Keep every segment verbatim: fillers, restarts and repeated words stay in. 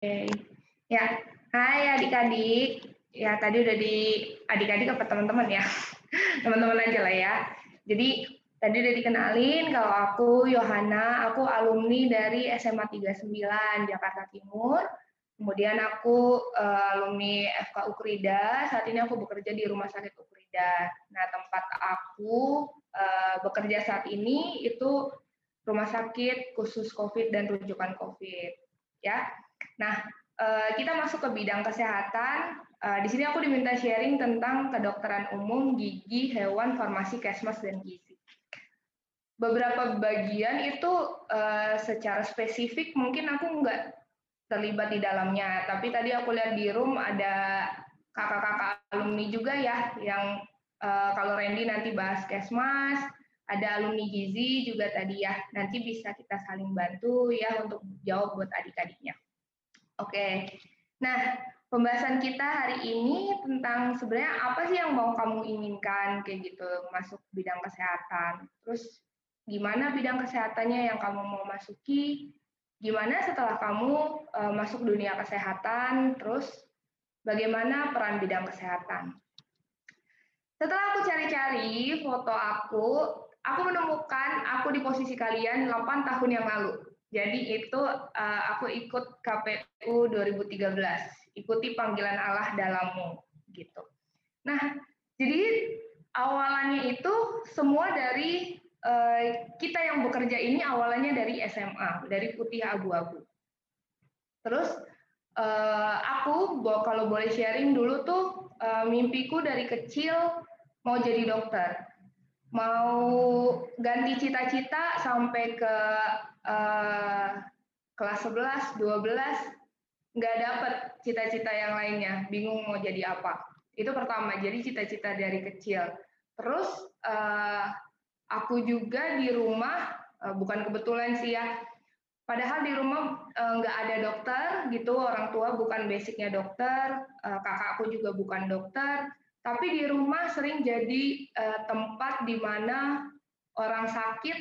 Oke. Ya, hai adik-adik. Ya, tadi udah di adik-adik apa teman-teman ya? Teman-teman aja lah ya. Jadi, tadi udah dikenalin kalau aku Yohana, aku alumni dari S M A tiga puluh sembilan Jakarta Timur. Kemudian aku eh, alumni F K Ukrida, saat ini aku bekerja di Rumah Sakit Ukrida. Nah, tempat aku eh, bekerja saat ini itu Rumah Sakit Khusus COVID dan Rujukan COVID. Ya, Nah, eh, kita masuk ke bidang kesehatan. Eh, Di sini aku diminta sharing tentang kedokteran umum, gigi, hewan, farmasi, kesmas, dan gizi. Beberapa bagian itu eh, secara spesifik mungkin aku nggak terlibat di dalamnya, tapi tadi aku lihat di room ada kakak-kakak alumni juga ya, yang eh, kalau Randy nanti bahas kesmas, ada alumni gizi juga tadi ya, nanti bisa kita saling bantu ya untuk jawab buat adik-adiknya. Oke, nah pembahasan kita hari ini tentang sebenarnya apa sih yang mau kamu inginkan kayak gitu masuk bidang kesehatan. Terus gimana bidang kesehatannya yang kamu mau masuki? Gimana setelah kamu uh, masuk dunia kesehatan? Terus bagaimana peran bidang kesehatan? Setelah aku cari-cari foto aku, aku menemukan aku di posisi kalian delapan tahun yang lalu. Jadi itu uh, aku ikut K P U dua ribu tiga belas, ikuti panggilan Allah dalammu gitu. Nah, jadi awalannya itu semua dari uh, kita yang bekerja ini awalannya dari S M A, dari putih abu-abu. Terus uh, aku kalau boleh sharing dulu tuh uh, mimpiku dari kecil mau jadi dokter, mau ganti cita-cita sampai ke uh, kelas sebelas, dua belas, nggak dapet cita-cita yang lainnya, bingung mau jadi apa. Itu pertama, jadi cita-cita dari kecil. Terus uh, aku juga di rumah, uh, bukan kebetulan sih ya, padahal di rumah nggak uh, ada dokter gitu, orang tua bukan basicnya dokter, uh, kakakku juga bukan dokter, tapi di rumah sering jadi uh, tempat di mana orang sakit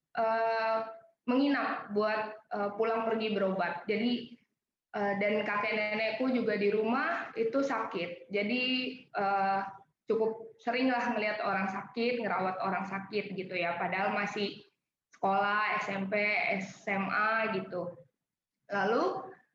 uh, menginap buat uh, pulang pergi berobat. Jadi uh, dan kakek nenekku juga di rumah itu sakit. Jadi uh, cukup seringlah melihat orang sakit, ngerawat orang sakit gitu ya. Padahal masih sekolah, S M P, S M A gitu. Lalu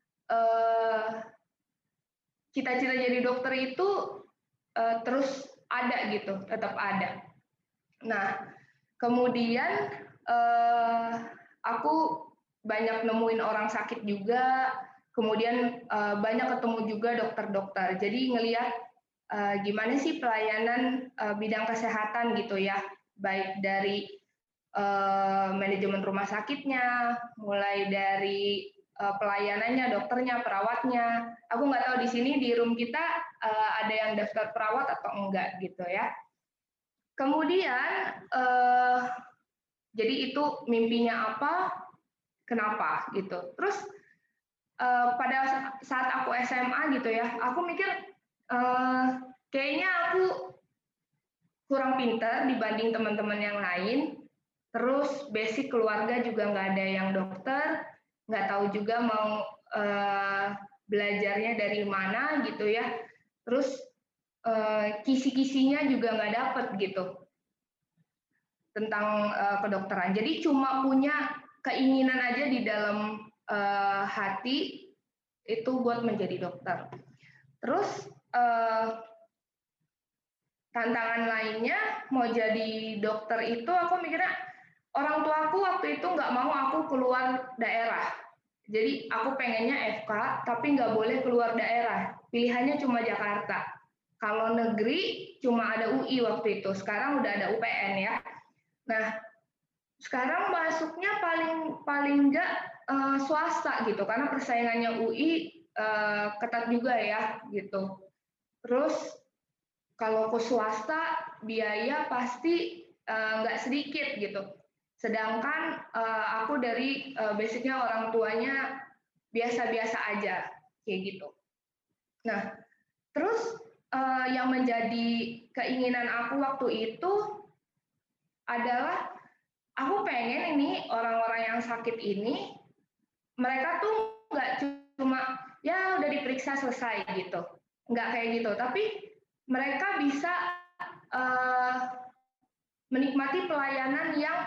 uh, cita-cita jadi dokter itu uh, terus ada gitu, tetap ada. Nah, kemudian uh, aku banyak nemuin orang sakit juga, kemudian uh, banyak ketemu juga dokter-dokter. Jadi ngelihat uh, gimana sih pelayanan uh, bidang kesehatan gitu ya, baik dari uh, manajemen rumah sakitnya, mulai dari uh, pelayanannya, dokternya, perawatnya. Aku nggak tahu di sini di room kita uh, ada yang daftar perawat atau enggak gitu ya. Kemudian uh, jadi itu mimpinya apa, kenapa gitu. Terus uh, pada saat aku S M A gitu ya, aku mikir uh, kayaknya aku kurang pinter dibanding teman-teman yang lain. Terus basic keluarga juga nggak ada yang dokter, nggak tahu juga mau uh, belajarnya dari mana gitu ya. Terus uh, kisi-kisinya juga nggak dapet gitu tentang uh, kedokteran. Jadi cuma punya keinginan aja di dalam uh, hati itu buat menjadi dokter. Terus uh, tantangan lainnya mau jadi dokter itu aku mikirnya orang tuaku waktu itu nggak mau aku keluar daerah. Jadi aku pengennya F K tapi nggak boleh keluar daerah. Pilihannya cuma Jakarta. Kalau negeri cuma ada U I waktu itu. Sekarang udah ada U P N ya. Nah, sekarang masuknya paling paling nggak uh, swasta gitu karena persaingannya U I uh, ketat juga ya gitu. Terus kalau ke swasta biaya pasti uh, nggak sedikit gitu. Sedangkan uh, aku dari uh, basicnya orang tuanya biasa-biasa aja kayak gitu. Nah, terus uh, yang menjadi keinginan aku waktu itu adalah aku pengen ini orang-orang yang sakit ini mereka tuh nggak cuma ya udah diperiksa selesai gitu. Nggak kayak gitu, tapi mereka bisa uh, menikmati pelayanan yang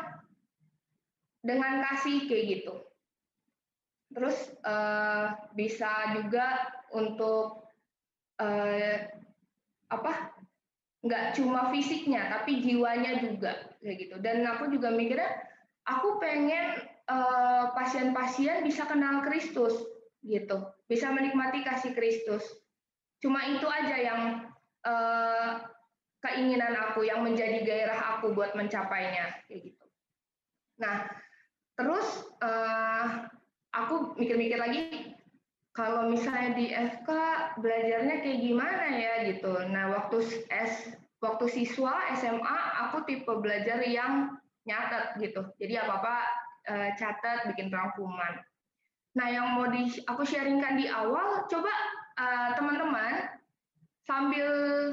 dengan kasih kayak gitu. Terus uh, bisa juga untuk uh, apa? Nggak cuma fisiknya, tapi jiwanya juga kayak gitu. Dan aku juga mikirnya, aku pengen uh, pasien-pasien bisa kenal Kristus gitu, bisa menikmati kasih Kristus. Cuma itu aja yang uh, keinginan aku, yang menjadi gairah aku buat mencapainya kayak gitu. Nah, terus uh, aku mikir-mikir lagi, kalau misalnya di F K belajarnya kayak gimana ya gitu. Nah, waktu S waktu siswa S M A aku tipe belajar yang nyatet gitu. Jadi apa-apa uh, catat, bikin rangkuman. Nah, yang mau di, aku sharingkan di awal, coba uh, teman-teman sambil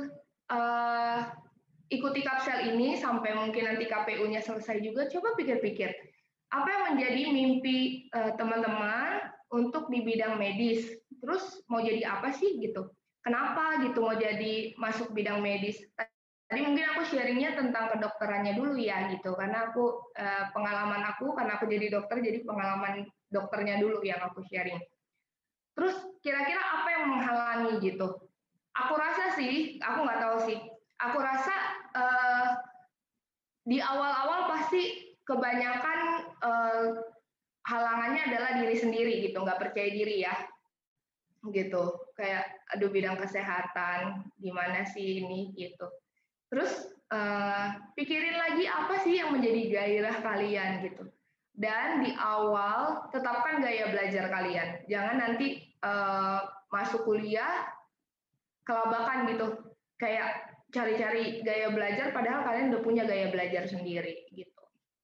uh, ikuti kapsel ini sampai mungkin nanti K P U-nya selesai juga, coba pikir-pikir apa yang menjadi mimpi uh, teman-teman untuk di bidang medis. Terus mau jadi apa sih gitu? Kenapa gitu mau jadi masuk bidang medis? Tadi mungkin aku sharingnya tentang kedokterannya dulu ya gitu, karena aku uh, pengalaman aku karena aku jadi dokter, jadi pengalaman dokternya dulu yang aku sharing. Terus kira-kira apa yang menghalangi gitu? Aku rasa sih, aku nggak tahu sih. Aku rasa uh, di awal-awal pasti kebanyakan uh, halangannya adalah diri sendiri gitu, nggak percaya diri ya, gitu. Kayak aduh bidang kesehatan, gimana sih ini gitu. Terus uh, pikirin lagi apa sih yang menjadi gairah kalian gitu. Dan di awal tetapkan gaya belajar kalian. Jangan nanti uh, masuk kuliah kelabakan gitu. Kayak cari-cari gaya belajar padahal kalian udah punya gaya belajar sendiri gitu.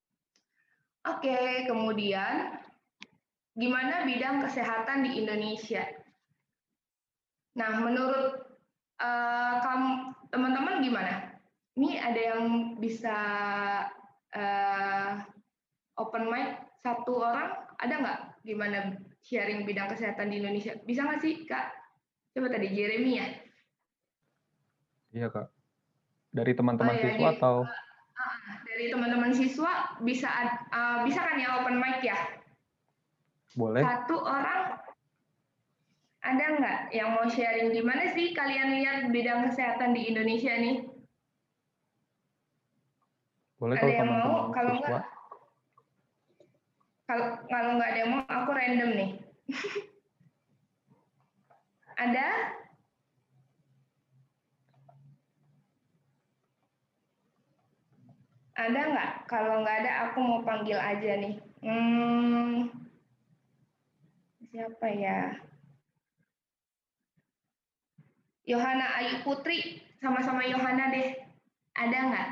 Oke, kemudian gimana bidang kesehatan di Indonesia? Nah, menurut uh, kamu teman-teman gimana? Ini ada yang bisa uh, open mic satu orang, ada nggak gimana sharing bidang kesehatan di Indonesia? Bisa nggak sih, Kak? Coba tadi Jeremy ya? Iya, Kak. Dari teman-teman oh, ya, siswa atau? Uh, dari teman-teman siswa bisa uh, bisa kan ya open mic ya? Boleh. Satu orang ada nggak yang mau sharing gimana sih kalian lihat bidang kesehatan di Indonesia nih? Boleh Ada kalau yang mau? teman-teman Kalau siswa. nggak, kalau kalau nggak ada yang mau, aku random nih. Ada? Ada nggak? Kalau nggak ada, aku mau panggil aja nih. Hmm, siapa ya? Yohana Ayu Putri, sama-sama Yohana deh. Ada nggak?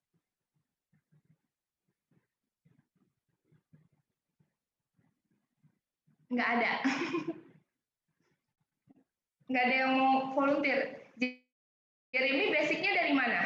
Nggak ada. Nggak ada yang mau volunteer. Jeremy basicnya dari mana?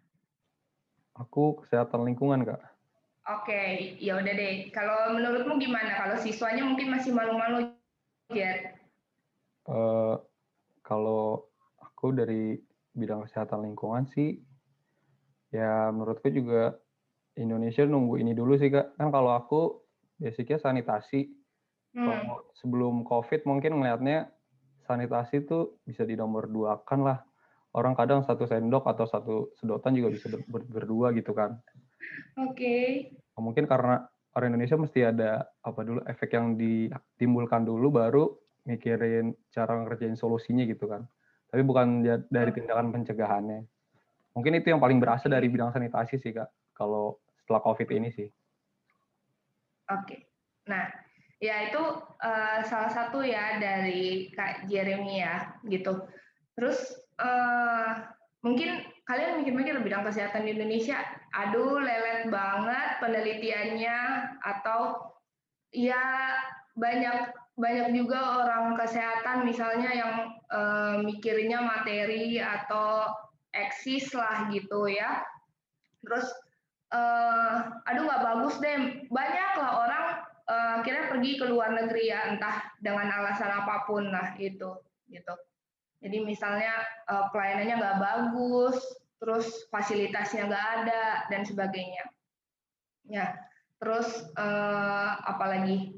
Aku kesehatan lingkungan, Kak. Oke, ya udah deh. Kalau menurutmu gimana? Kalau siswanya mungkin masih malu-malu, Jer. Uh, kalau aku dari bidang kesehatan lingkungan sih, ya menurutku juga Indonesia nunggu ini dulu sih, Kak. Kan kalau aku basicnya sanitasi. Hmm. Kalau sebelum COVID mungkin ngelihatnya sanitasi tuh bisa di nomor dua kan lah. Orang kadang satu sendok atau satu sedotan juga bisa ber berdua gitu kan. Oke. Okay. Mungkin karena orang Indonesia mesti ada apa dulu efek yang ditimbulkan dulu baru mikirin cara ngerjain solusinya gitu kan. Tapi bukan dari tindakan pencegahannya. Mungkin itu yang paling berasa okay. dari bidang sanitasi sih, Kak. Kalau setelah COVID ini sih. Oke. Okay. Nah, ya itu uh, salah satu ya dari Kak Jeremy ya gitu. Terus uh, mungkin kalian mikir-mikir bidang kesehatan di Indonesia, aduh lelet banget penelitiannya atau ya banyak banyak juga orang kesehatan misalnya yang uh, mikirnya materi atau eksis lah gitu ya. Terus uh, aduh nggak bagus deh, banyak lah orang uh, akhirnya pergi ke luar negeri ya, entah dengan alasan apapun lah itu, gitu. Jadi misalnya uh, pelayanannya nggak bagus, terus fasilitasnya nggak ada dan sebagainya. Ya, terus uh, apalagi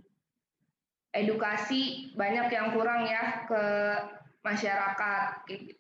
edukasi banyak yang kurang ya ke masyarakat gitu.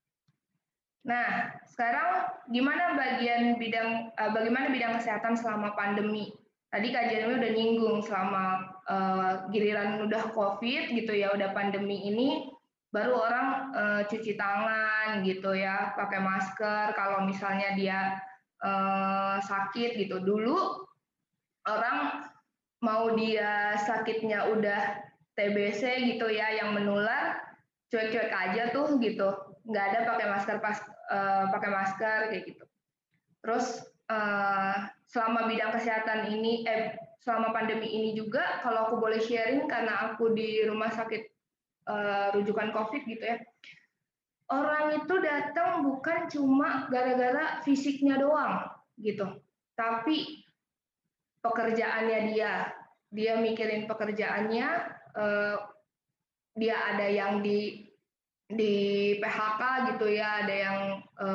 Nah, sekarang gimana bagian bidang uh, bagaimana bidang kesehatan selama pandemi? Tadi Kak Jeremy udah nyinggung selama uh, giliran udah COVID gitu ya, udah pandemi ini baru orang uh, cuci tangan gitu ya, pakai masker kalau misalnya dia uh, sakit gitu. Dulu orang mau dia sakitnya udah T B C gitu ya yang menular, cuek-cuek aja tuh gitu, nggak ada pakai masker pas uh, pakai masker kayak gitu. Terus uh, selama bidang kesehatan ini, eh selama pandemi ini juga, kalau aku boleh sharing karena aku di rumah sakit uh, rujukan COVID gitu ya, orang itu datang bukan cuma gara-gara fisiknya doang gitu, tapi pekerjaannya dia, dia mikirin pekerjaannya, uh, dia ada yang di di P H K gitu ya, ada yang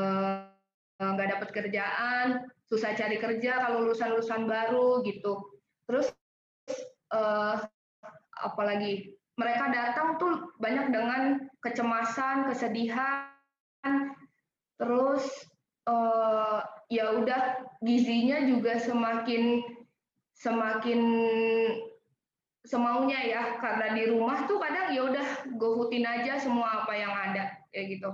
nggak uh, dapat kerjaan, susah cari kerja kalau lulusan-lulusan baru gitu. Terus uh, apalagi mereka datang tuh banyak dengan kecemasan, kesedihan, terus uh, ya udah gizinya juga semakin semakin semaunya ya, karena di rumah tuh kadang ya udah gohutin aja semua apa yang ada kayak gitu.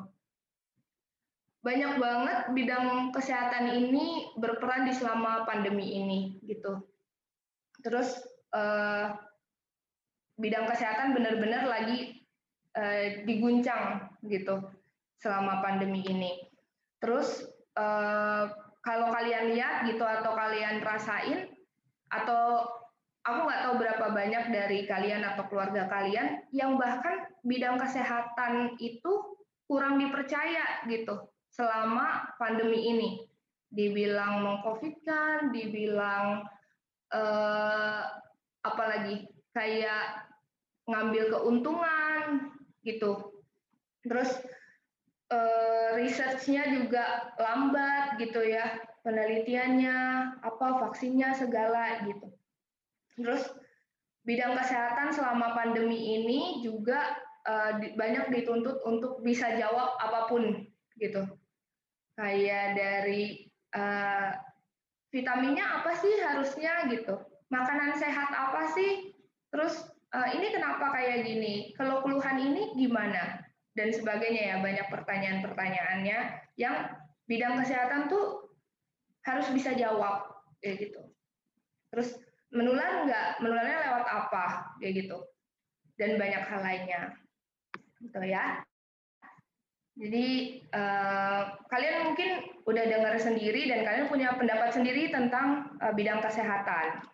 Banyak banget bidang kesehatan ini berperan di selama pandemi ini gitu. Terus eh, bidang kesehatan benar-benar lagi eh, diguncang gitu selama pandemi ini. Terus eh, kalau kalian lihat gitu atau kalian rasain atau aku nggak tahu berapa banyak dari kalian atau keluarga kalian yang bahkan bidang kesehatan itu kurang dipercaya gitu selama pandemi ini. Dibilang mengcovidkan, dibilang eh, apalagi kayak ngambil keuntungan gitu. Terus eh, research-nya juga lambat gitu ya, penelitiannya, apa vaksinnya segala gitu. Terus bidang kesehatan selama pandemi ini juga uh, di, banyak dituntut untuk bisa jawab apapun gitu. Kayak dari uh, vitaminnya apa sih harusnya gitu. Makanan sehat apa sih? Terus uh, ini kenapa kayak gini? Kalau keluhan ini gimana? Dan sebagainya ya, banyak pertanyaan-pertanyaannya yang bidang kesehatan tuh harus bisa jawab kayak gitu. Terus menular nggak? Menularnya lewat apa? Kayak gitu. Dan banyak hal lainnya. Gitu ya. Jadi eh, kalian mungkin udah dengar sendiri dan kalian punya pendapat sendiri tentang eh, bidang kesehatan.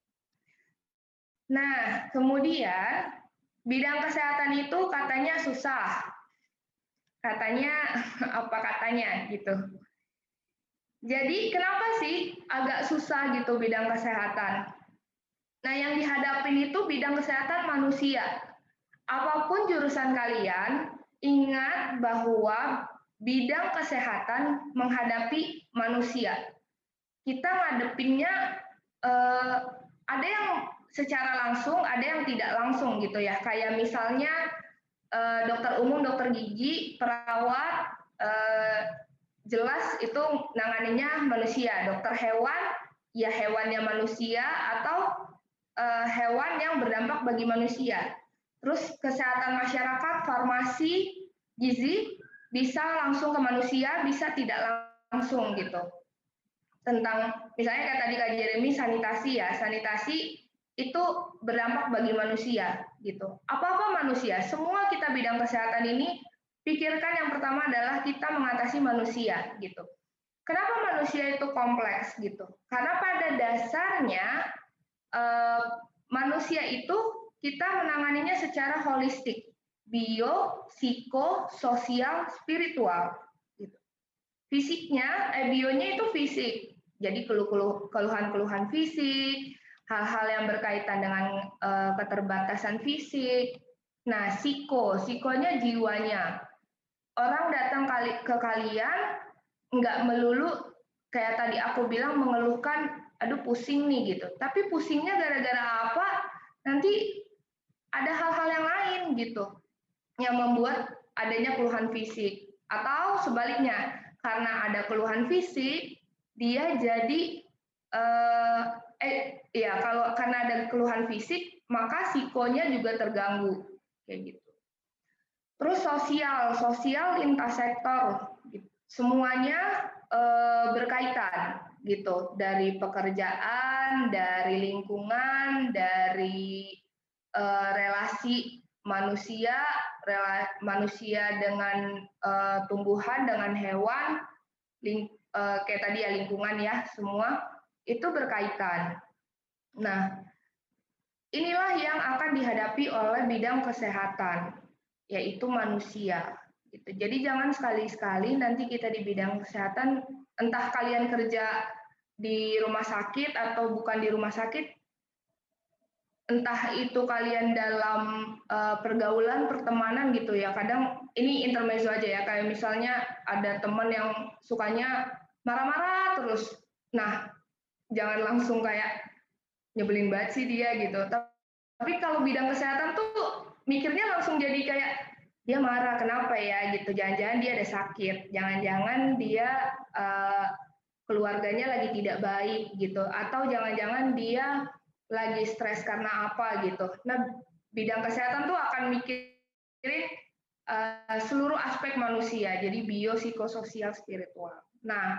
Nah, kemudian bidang kesehatan itu katanya susah. Katanya apa katanya gitu. Jadi kenapa sih agak susah gitu bidang kesehatan? Nah, yang dihadapin itu bidang kesehatan manusia. Apapun jurusan kalian, ingat bahwa bidang kesehatan menghadapi manusia. Kita ngadepinnya eh, ada yang secara langsung, ada yang tidak langsung gitu ya. Kayak misalnya eh, dokter umum, dokter gigi, perawat, eh, jelas itu nanganinya manusia. Dokter hewan, ya hewannya manusia atau uh, hewan yang berdampak bagi manusia. Terus kesehatan masyarakat, farmasi, gizi bisa langsung ke manusia, bisa tidak langsung gitu. Tentang misalnya kayak tadi Kak Jeremy sanitasi ya, sanitasi itu berdampak bagi manusia gitu. Apa-apa manusia, semua kita bidang kesehatan ini pikirkan yang pertama adalah kita mengatasi manusia gitu. Kenapa manusia itu kompleks gitu? Karena pada dasarnya eh, manusia itu kita menanganinya secara holistik, bio, psiko, sosial, spiritual. Gitu. Fisiknya, eh, bionya itu fisik, jadi keluhan-keluhan fisik, hal-hal yang berkaitan dengan uh, keterbatasan fisik. Nah, psiko, psikonya jiwanya. Orang datang kali ke kalian nggak melulu kayak tadi aku bilang mengeluhkan, aduh pusing nih gitu. Tapi pusingnya gara-gara apa? Nanti ada hal-hal yang lain gitu yang membuat adanya keluhan fisik. Atau sebaliknya, karena ada keluhan fisik, dia jadi eh, eh ya kalau karena ada keluhan fisik, maka psikonya juga terganggu kayak gitu. Terus sosial, sosial lintas sektor, semuanya eh, berkaitan gitu, dari pekerjaan, dari lingkungan, dari eh, relasi manusia, rela, manusia dengan eh, tumbuhan, dengan hewan, ling, eh, kayak tadi ya lingkungan ya, semua itu berkaitan. Nah, inilah yang akan dihadapi oleh bidang kesehatan, yaitu manusia. Gitu. Jadi jangan sekali-sekali nanti kita di bidang kesehatan, entah kalian kerja di rumah sakit atau bukan di rumah sakit, entah itu kalian dalam uh, pergaulan, pertemanan gitu ya. Kadang ini intermezzo aja ya, kayak misalnya ada teman yang sukanya marah-marah terus. Nah, jangan langsung kayak nyebelin banget sih dia gitu. Tapi kalau bidang kesehatan tuh mikirnya langsung jadi kayak dia marah kenapa ya gitu. Jangan-jangan dia ada sakit, jangan-jangan dia uh, keluarganya lagi tidak baik gitu, atau jangan-jangan dia lagi stres karena apa gitu. Nah, bidang kesehatan tuh akan mikirin uh, seluruh aspek manusia, jadi bio, psikososial, spiritual. Nah,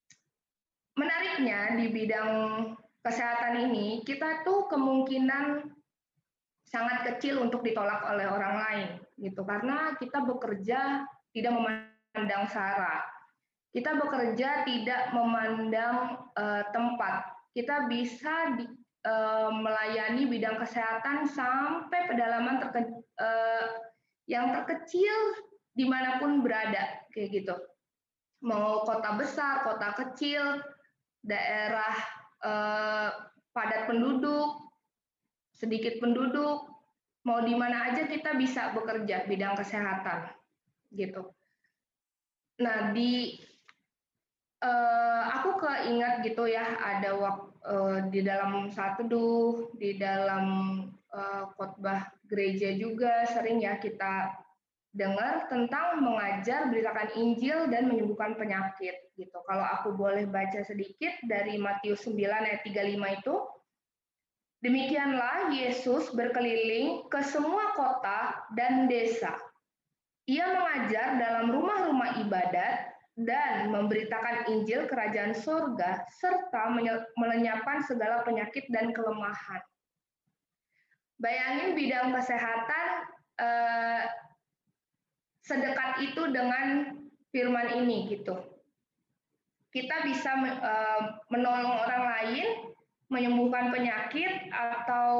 menariknya di bidang kesehatan ini, kita tuh kemungkinan sangat kecil untuk ditolak oleh orang lain, gitu. Karena kita bekerja tidak memandang sara, kita bekerja tidak memandang uh, tempat. Kita bisa di, uh, melayani bidang kesehatan sampai pedalaman terke, uh, yang terkecil dimanapun berada, kayak gitu. Mau kota besar, kota kecil, daerah uh, padat penduduk, sedikit penduduk, mau di mana aja kita bisa bekerja bidang kesehatan, gitu. Nah, di uh, aku keingat gitu ya, ada waktu uh, di dalam saat teduh, di dalam uh, khotbah gereja juga sering ya kita dengar tentang mengajar, beritakan Injil dan menyembuhkan penyakit gitu. Kalau aku boleh baca sedikit dari Matius sembilan ayat tiga puluh lima itu, demikianlah Yesus berkeliling ke semua kota dan desa. Ia mengajar dalam rumah-rumah ibadat dan memberitakan Injil Kerajaan Surga serta melenyapkan segala penyakit dan kelemahan. Bayangin bidang kesehatan eh, sedekat itu dengan firman ini gitu. Kita bisa eh, menolong orang lain, menyembuhkan penyakit atau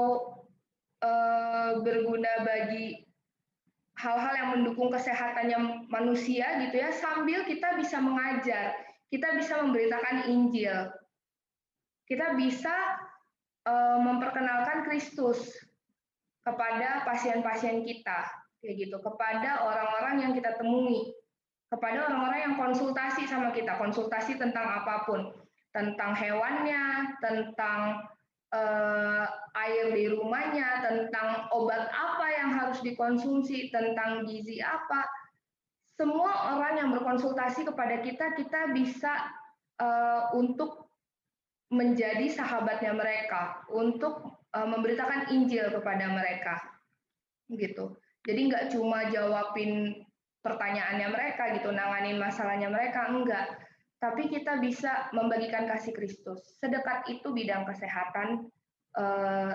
eh, berguna bagi hal-hal yang mendukung kesehatannya manusia gitu ya, sambil kita bisa mengajar, kita bisa memberitakan Injil, kita bisa uh, memperkenalkan Kristus kepada pasien-pasien kita, kayak gitu, kepada orang-orang yang kita temui, kepada orang-orang yang konsultasi sama kita, konsultasi tentang apapun, tentang hewannya, tentang Uh, air di rumahnya, tentang obat apa yang harus dikonsumsi, tentang gizi apa. Semua orang yang berkonsultasi kepada kita, kita bisa uh, untuk menjadi sahabatnya mereka, untuk uh, memberitakan Injil kepada mereka, gitu. Jadi nggak cuma jawabin pertanyaannya mereka, gitu, nanganin masalahnya mereka, enggak. Tapi kita bisa membagikan kasih Kristus. Sedekat itu bidang kesehatan eh,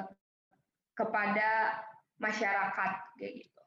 kepada masyarakat, kayak gitu.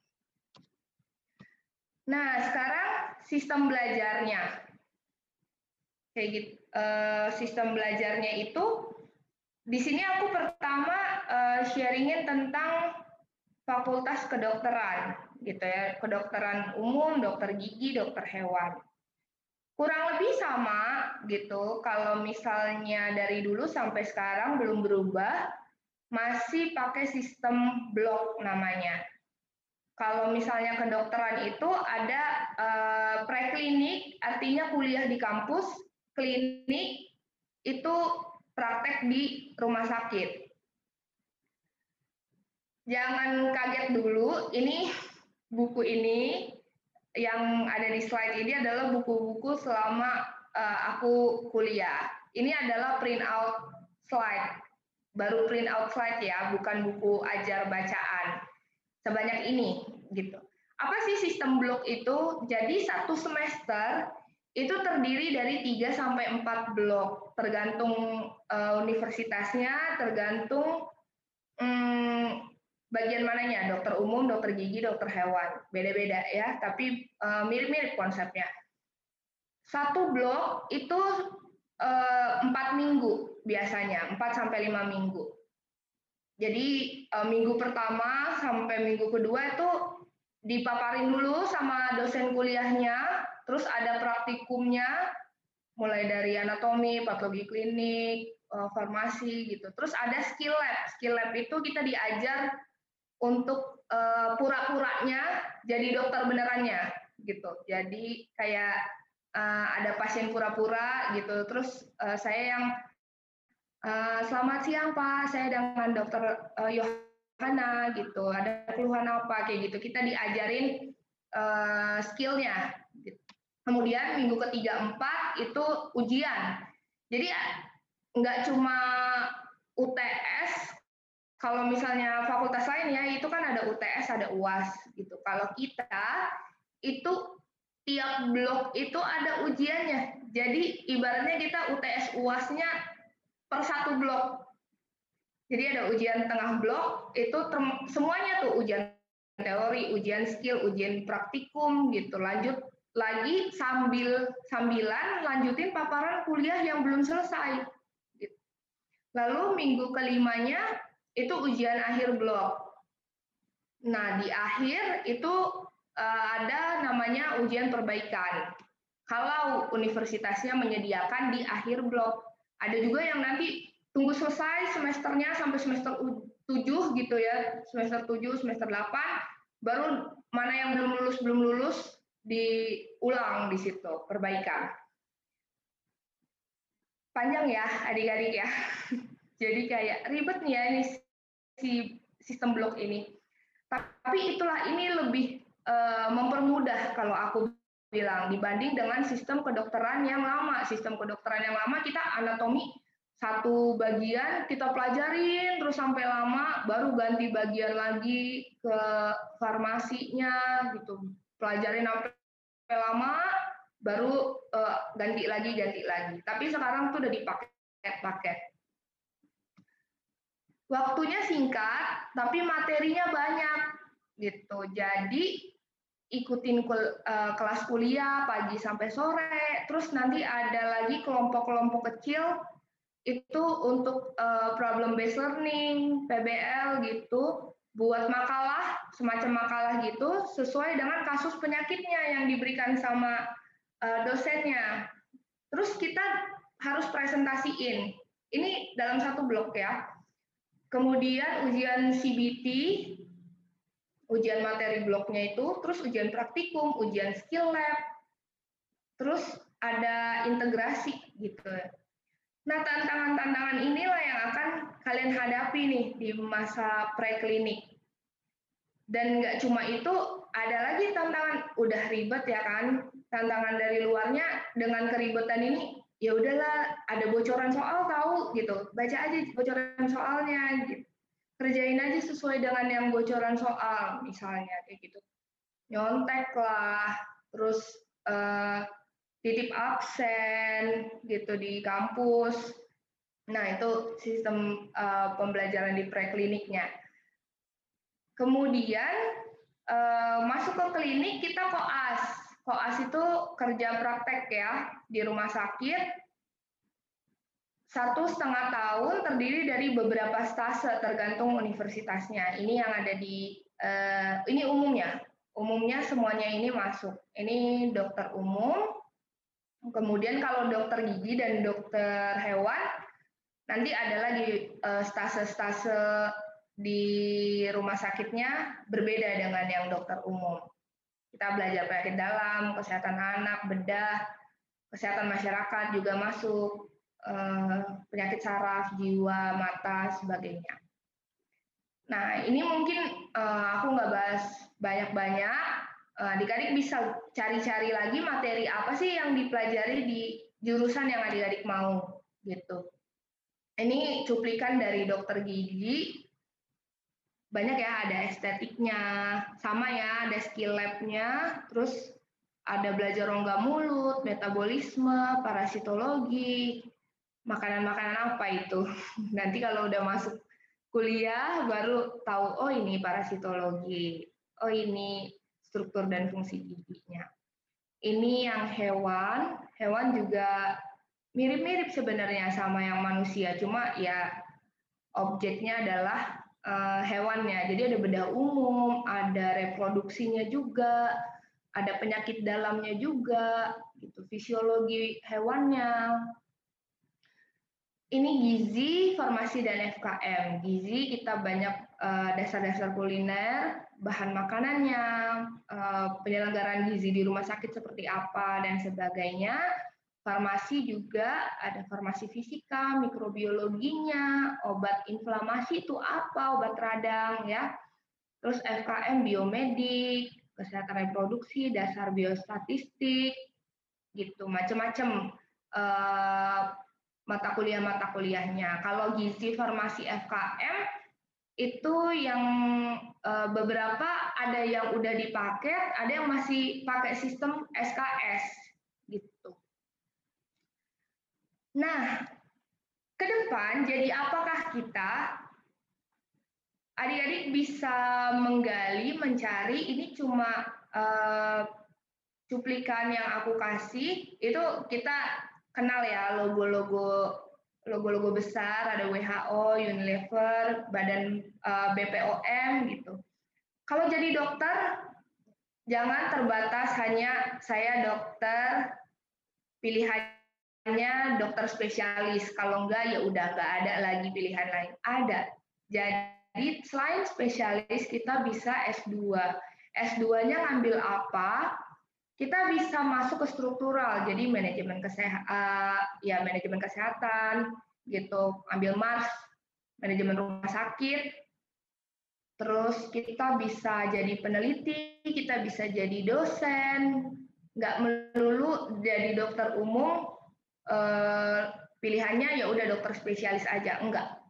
Nah, sekarang sistem belajarnya, kayak gitu. Eh, sistem belajarnya itu, di sini aku pertama eh, sharingin tentang fakultas kedokteran, gitu ya, kedokteran umum, dokter gigi, dokter hewan. Kurang lebih sama gitu, kalau misalnya dari dulu sampai sekarang belum berubah, masih pakai sistem blok namanya. Kalau misalnya kedokteran itu ada uh, preklinik, artinya kuliah di kampus, klinik itu praktek di rumah sakit. Jangan kaget dulu, ini buku ini yang ada di slide ini adalah buku-buku selama uh, aku kuliah. Ini adalah print out slide, baru print out slide ya, bukan buku ajar bacaan. Sebanyak ini gitu. Apa sih sistem blok itu? Jadi satu semester itu terdiri dari tiga sampai empat blok, tergantung uh, universitasnya, tergantung um, bagian mananya, dokter umum, dokter gigi, dokter hewan. Beda-beda ya, tapi uh, mirip-mirip konsepnya. Satu blok itu empat uh, minggu biasanya, empat sampai lima minggu. Jadi uh, minggu pertama sampai minggu kedua itu dipaparin dulu sama dosen kuliahnya, terus ada praktikumnya, mulai dari anatomi, patologi klinik, uh, farmasi gitu. Terus ada skill lab. Skill lab itu kita diajar untuk uh, pura-puranya jadi dokter benerannya gitu. Jadi kayak uh, ada pasien pura-pura gitu. Terus uh, saya yang Uh, selamat siang Pak, saya dengan dokter uh, Yohana gitu. Ada keluhan apa kayak gitu. Kita diajarin uh, skillnya. Gitu. Kemudian minggu ketiga empat itu ujian. Jadi nggak cuma U T S. Kalau misalnya fakultas lain ya itu kan ada U T S, ada U A S gitu. Kalau kita itu tiap blok itu ada ujiannya. Jadi ibaratnya kita U T S U A S-nya per satu blok. Jadi ada ujian tengah blok, itu semuanya tuh ujian teori, ujian skill, ujian praktikum gitu. Lanjut lagi sambil sambilan lanjutin paparan kuliah yang belum selesai. Gitu. Lalu minggu kelimanya itu ujian akhir blok. Nah di akhir itu uh, ada namanya ujian perbaikan. Kalau universitasnya menyediakan di akhir blok. Ada juga yang nanti tunggu selesai semesternya sampai semester tujuh gitu ya, semester tujuh, semester delapan, baru mana yang belum lulus belum lulus diulang di situ, perbaikan. Panjang ya adik-adik ya. Jadi kayak ribet nih ya ini si sistem blok ini. Tapi itulah ini lebih uh, mempermudah kalau aku bilang dibanding dengan sistem kedokteran yang lama. Sistem kedokteran yang lama kita anatomi satu bagian kita pelajarin terus sampai lama, baru ganti bagian lagi ke farmasinya gitu. Pelajarin sampai lama, baru uh, ganti lagi ganti lagi. Tapi sekarang tuh udah dipaket-paket. Waktunya singkat, tapi materinya banyak gitu. Jadi ikutin uh, kelas kuliah pagi sampai sore, terus nanti ada lagi kelompok-kelompok kecil itu untuk uh, problem based learning, P B L gitu, buat makalah, semacam makalah gitu, sesuai dengan kasus penyakitnya yang diberikan sama uh, dosennya. Terus kita harus presentasiin. Ini dalam satu blok ya. Kemudian ujian C B T, ujian materi bloknya itu, terus ujian praktikum, ujian skill lab, terus ada integrasi gitu. Nah, tantangan-tantangan inilah yang akan kalian hadapi nih di masa preklinik. Dan nggak cuma itu, ada lagi tantangan, udah ribet ya kan, tantangan dari luarnya dengan keribetan ini, ya udahlah, ada bocoran soal tahu gitu, baca aja bocoran soalnya gitu. Kerjain aja sesuai dengan yang bocoran soal, misalnya kayak gitu. Nyontek lah, terus uh, titip absen gitu di kampus. Nah, itu sistem uh, pembelajaran di prekliniknya. Kemudian uh, masuk ke klinik kita koas. Koas itu kerja praktek ya di rumah sakit. Satu setengah tahun terdiri dari beberapa stase tergantung universitasnya. Ini yang ada di uh, ini umumnya, umumnya semuanya ini masuk. Ini dokter umum. Kemudian kalau dokter gigi dan dokter hewan nanti ada lagi uh, stase-stase di rumah sakitnya berbeda dengan yang dokter umum. Kita belajar penyakit dalam, kesehatan anak, bedah, kesehatan masyarakat juga masuk, uh, penyakit saraf, jiwa, mata, sebagainya. Nah, ini mungkin uh, aku nggak bahas banyak-banyak. Uh, adik-adik bisa cari-cari lagi materi apa sih yang dipelajari di jurusan yang adik-adik mau, gitu. Ini cuplikan dari dokter gigi. Banyak ya, ada estetiknya, sama ya, ada skill lab-nya, terus ada belajar rongga mulut, metabolisme, parasitologi, makanan-makanan apa itu. Nanti kalau udah masuk kuliah baru tahu, oh ini parasitologi, oh ini struktur dan fungsi giginya. Ini yang hewan, hewan juga mirip-mirip sebenarnya sama yang manusia, cuma ya objeknya adalah uh, hewannya. Jadi ada bedah umum, ada reproduksinya juga, ada penyakit dalamnya juga, gitu, fisiologi hewannya. Ini gizi, farmasi, dan F K M. Gizi kita banyak dasar-dasar uh, kuliner, bahan makanannya, uh, penyelenggaraan gizi di rumah sakit seperti apa, dan sebagainya. Farmasi juga ada farmasi fisika, mikrobiologinya, obat inflamasi itu apa, obat radang, ya. Terus F K M biomedik, kesehatan reproduksi, dasar biostatistik, gitu, macam-macam. Uh, mata kuliah-mata kuliahnya. Kalau gizi farmasi F K M itu yang uh, beberapa ada yang udah dipaket, ada yang masih pakai sistem S K S gitu. Nah, ke depan jadi apakah kita? Adik-adik bisa menggali, mencari, ini cuma uh, cuplikan yang aku kasih, itu kita kenal ya logo-logo logo-logo besar, ada W H O, Unilever, Badan uh, B P O M gitu. Kalau jadi dokter, jangan terbatas hanya saya dokter, pilihannya dokter spesialis. Kalau enggak ya udah enggak ada lagi pilihan lain. Ada. Jadi selain spesialis kita bisa S dua. S dua-nya ngambil apa? Kita bisa masuk ke struktural, jadi manajemen kesehatan, ya manajemen kesehatan, gitu, ambil Mars, manajemen rumah sakit, terus kita bisa jadi peneliti, kita bisa jadi dosen, nggak melulu jadi dokter umum, eh, pilihannya ya udah dokter spesialis aja, enggak.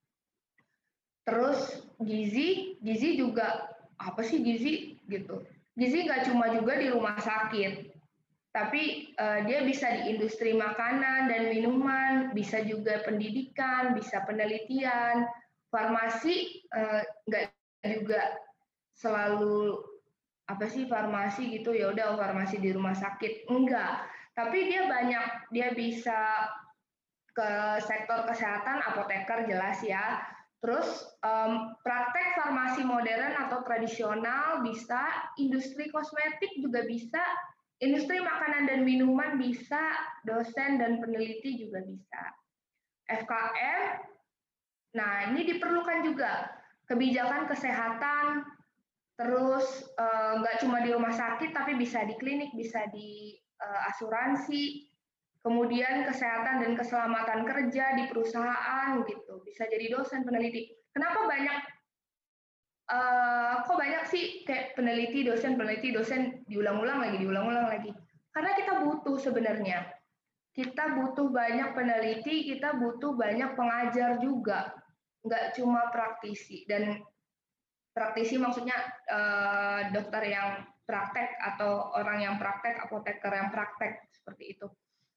Terus gizi, gizi juga apa sih gizi gitu. Gizi nggak cuma juga di rumah sakit, tapi uh, dia bisa di industri makanan dan minuman, bisa juga pendidikan, bisa penelitian, farmasi uh, nggak juga selalu apa sih farmasi gitu ya udah farmasi di rumah sakit, enggak. Tapi dia banyak, dia bisa ke sektor kesehatan, apoteker jelas ya. Terus um, praktek farmasi modern atau tradisional bisa, industri kosmetik juga bisa, industri makanan dan minuman bisa, dosen dan peneliti juga bisa. F K M, nah ini diperlukan juga kebijakan kesehatan, terus nggak uh, cuma di rumah sakit tapi bisa di klinik, bisa di uh, asuransi, kemudian kesehatan dan keselamatan kerja di perusahaan gitu, bisa jadi dosen peneliti. Kenapa banyak uh, kok banyak sih kayak peneliti dosen peneliti dosen diulang-ulang lagi diulang-ulang lagi? Karena kita butuh sebenarnya, kita butuh banyak peneliti, kita butuh banyak pengajar juga, nggak cuma praktisi. Dan praktisi maksudnya uh, dokter yang praktek atau orang yang praktek, apoteker yang praktek seperti itu.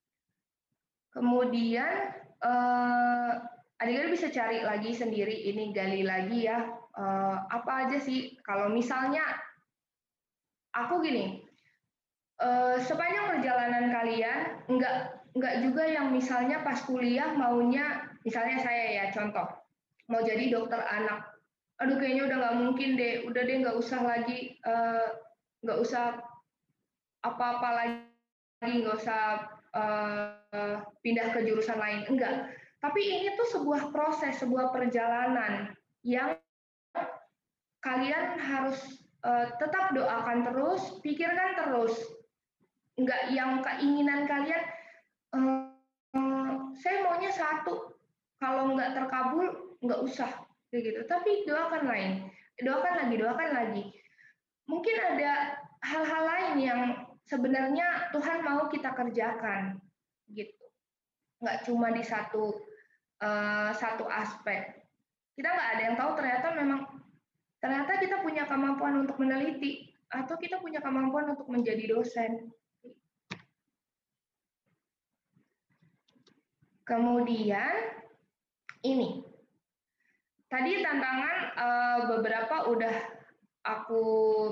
Kemudian eh, adik-adik bisa cari lagi sendiri, ini gali lagi ya, eh, apa aja sih kalau misalnya aku gini, eh, sepanjang perjalanan kalian enggak enggak juga yang misalnya pas kuliah maunya, misalnya saya ya contoh, mau jadi dokter anak, aduh kayaknya udah nggak mungkin deh, udah deh nggak usah lagi, eh, nggak usah apa-apa lagi, nggak usah uh, pindah ke jurusan lain, enggak. Tapi ini tuh sebuah proses, sebuah perjalanan yang kalian harus uh, tetap doakan terus, pikirkan terus. Enggak yang keinginan kalian, uh, saya maunya satu, kalau nggak terkabul, nggak usah. Kayak gitu. Tapi doakan lain, doakan lagi, doakan lagi. Mungkin ada hal-hal lain yang sebenarnya Tuhan mau kita kerjakan, gitu. Nggak cuma di satu uh, satu aspek. Kita nggak ada yang tahu ternyata memang ternyata kita punya kemampuan untuk meneliti atau kita punya kemampuan untuk menjadi dosen. Kemudian ini tadi tantangan uh, beberapa udah aku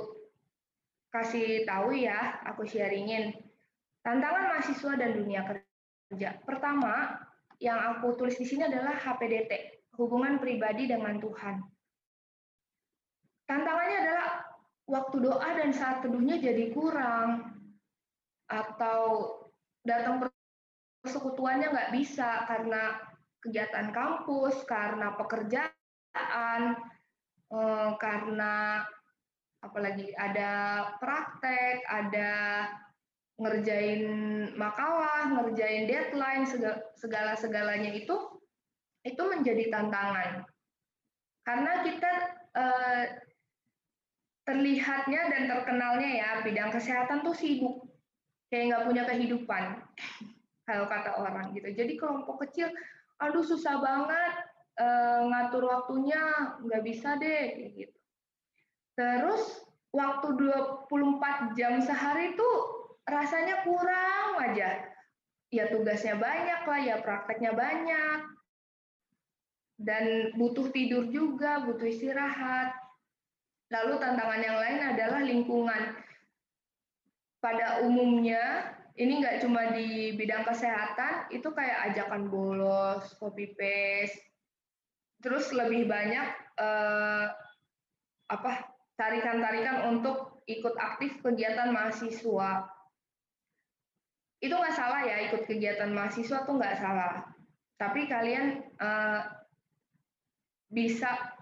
kasih tahu ya, aku sharingin. Tantangan mahasiswa dan dunia kerja. Pertama, yang aku tulis di sini adalah H P D T, hubungan pribadi dengan Tuhan. Tantangannya adalah waktu doa dan saat teduhnya jadi kurang, atau datang persekutuannya nggak bisa karena kegiatan kampus, karena pekerjaan, eh, karena apalagi ada praktek, ada ngerjain makalah, ngerjain deadline, segala-segalanya itu itu menjadi tantangan. Karena kita eh, terlihatnya dan terkenalnya ya bidang kesehatan tuh sibuk, kayak nggak punya kehidupan, kalau kata orang gitu. Jadi kelompok kecil, aduh susah banget eh, ngatur waktunya, nggak bisa deh, kayak gitu. Terus waktu dua puluh empat jam sehari tuh rasanya kurang aja. Ya tugasnya banyak lah, ya prakteknya banyak. Dan butuh tidur juga, butuh istirahat. Lalu tantangan yang lain adalah lingkungan. Pada umumnya, ini nggak cuma di bidang kesehatan, itu kayak ajakan bolos, copy paste, terus lebih banyak eh, apa tarikan-tarikan untuk ikut aktif kegiatan mahasiswa. Itu nggak salah ya, ikut kegiatan mahasiswa tuh nggak salah. Tapi kalian eh, bisa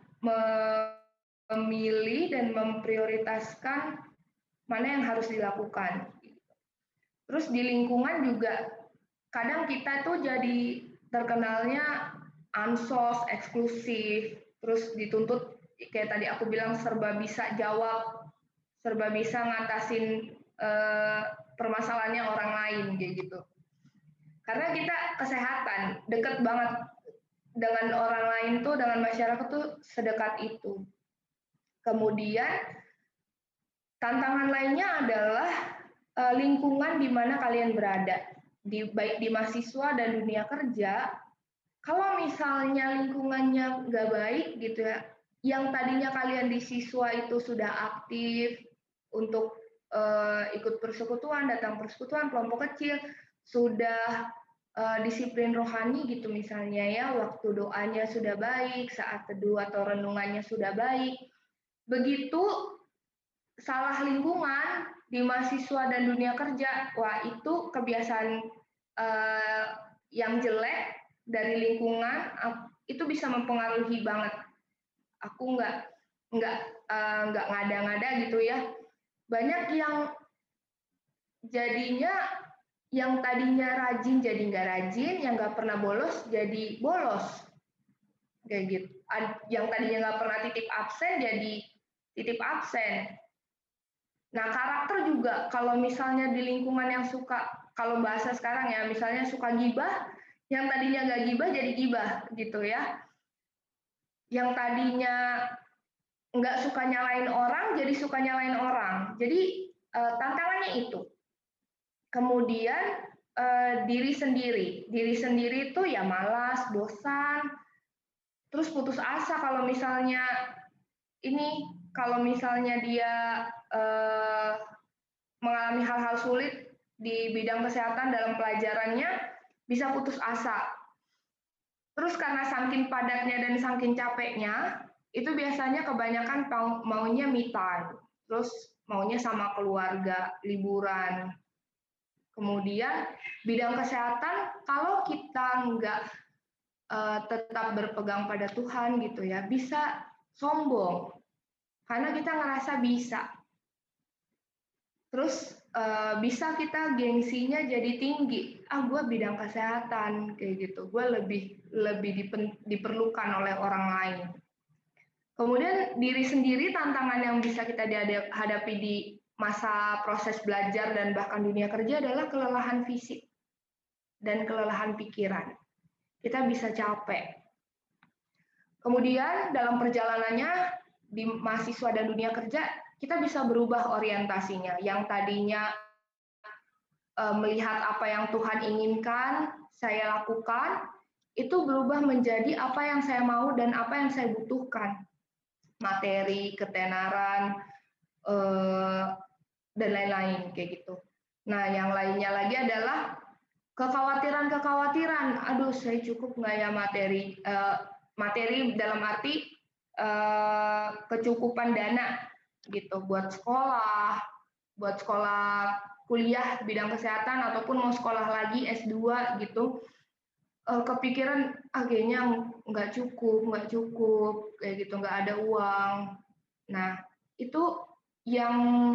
memilih dan memprioritaskan mana yang harus dilakukan. Terus di lingkungan juga kadang kita tuh jadi terkenalnya ansos, eksklusif, terus dituntut kayak tadi aku bilang serba bisa jawab, serba bisa ngatasin eh, permasalahannya orang lain kayak gitu. Karena kita kesehatan deket banget dengan orang lain tuh, dengan masyarakat tuh sedekat itu. Kemudian tantangan lainnya adalah uh, lingkungan di mana kalian berada, di, baik di mahasiswa dan dunia kerja. Kalau misalnya lingkungannya nggak baik gitu ya, yang tadinya kalian di siswa itu sudah aktif untuk uh, ikut persekutuan, datang persekutuan, kelompok kecil, sudah uh, disiplin rohani gitu misalnya ya, waktu doanya sudah baik, saat teduh atau renungannya sudah baik. Begitu salah lingkungan di mahasiswa dan dunia kerja, wah itu kebiasaan uh, yang jelek dari lingkungan itu bisa mempengaruhi banget. Aku nggak nggak uh, nggak ngada-ngada gitu ya. Banyak yang jadinya yang tadinya rajin jadi nggak rajin, yang nggak pernah bolos jadi bolos, kayak gitu. Yang tadinya nggak pernah titip absen jadi titip absen. Nah, karakter juga kalau misalnya di lingkungan yang suka, kalau bahasa sekarang ya, misalnya suka gibah, yang tadinya nggak gibah jadi gibah gitu ya. Yang tadinya nggak suka nyalain orang, jadi suka nyalain orang. Jadi eh, tantangannya itu. Kemudian eh, diri sendiri. Diri sendiri itu ya malas, bosan, terus putus asa kalau misalnya ini, kalau misalnya dia eh, mengalami hal-hal sulit di bidang kesehatan dalam pelajarannya, bisa putus asa. Terus karena saking padatnya dan saking capeknya, itu biasanya kebanyakan maunya me time, terus maunya sama keluarga, liburan. Kemudian bidang kesehatan, kalau kita nggak uh, tetap berpegang pada Tuhan gitu ya, bisa sombong karena kita ngerasa bisa. Terus uh, bisa kita gengsinya jadi tinggi. Ah, gue bidang kesehatan kayak gitu. Gue lebih lebih dipen, diperlukan oleh orang lain. Kemudian diri sendiri tantangan yang bisa kita hadapi di masa proses belajar dan bahkan dunia kerja adalah kelelahan fisik dan kelelahan pikiran. Kita bisa capek. Kemudian dalam perjalanannya di mahasiswa dan dunia kerja, kita bisa berubah orientasinya. Yang tadinya e, melihat apa yang Tuhan inginkan saya lakukan, itu berubah menjadi apa yang saya mau dan apa yang saya butuhkan. Materi, ketenaran, e, dan lain-lain kayak gitu. Nah, yang lainnya lagi adalah kekhawatiran-kekhawatiran. Aduh, saya cukup nggak ya materi? E, materi dalam arti uh, kecukupan dana gitu buat sekolah, buat sekolah kuliah bidang kesehatan ataupun mau sekolah lagi S dua gitu. Uh, kepikiran akhirnya nggak cukup, nggak cukup kayak gitu, nggak ada uang. Nah, itu yang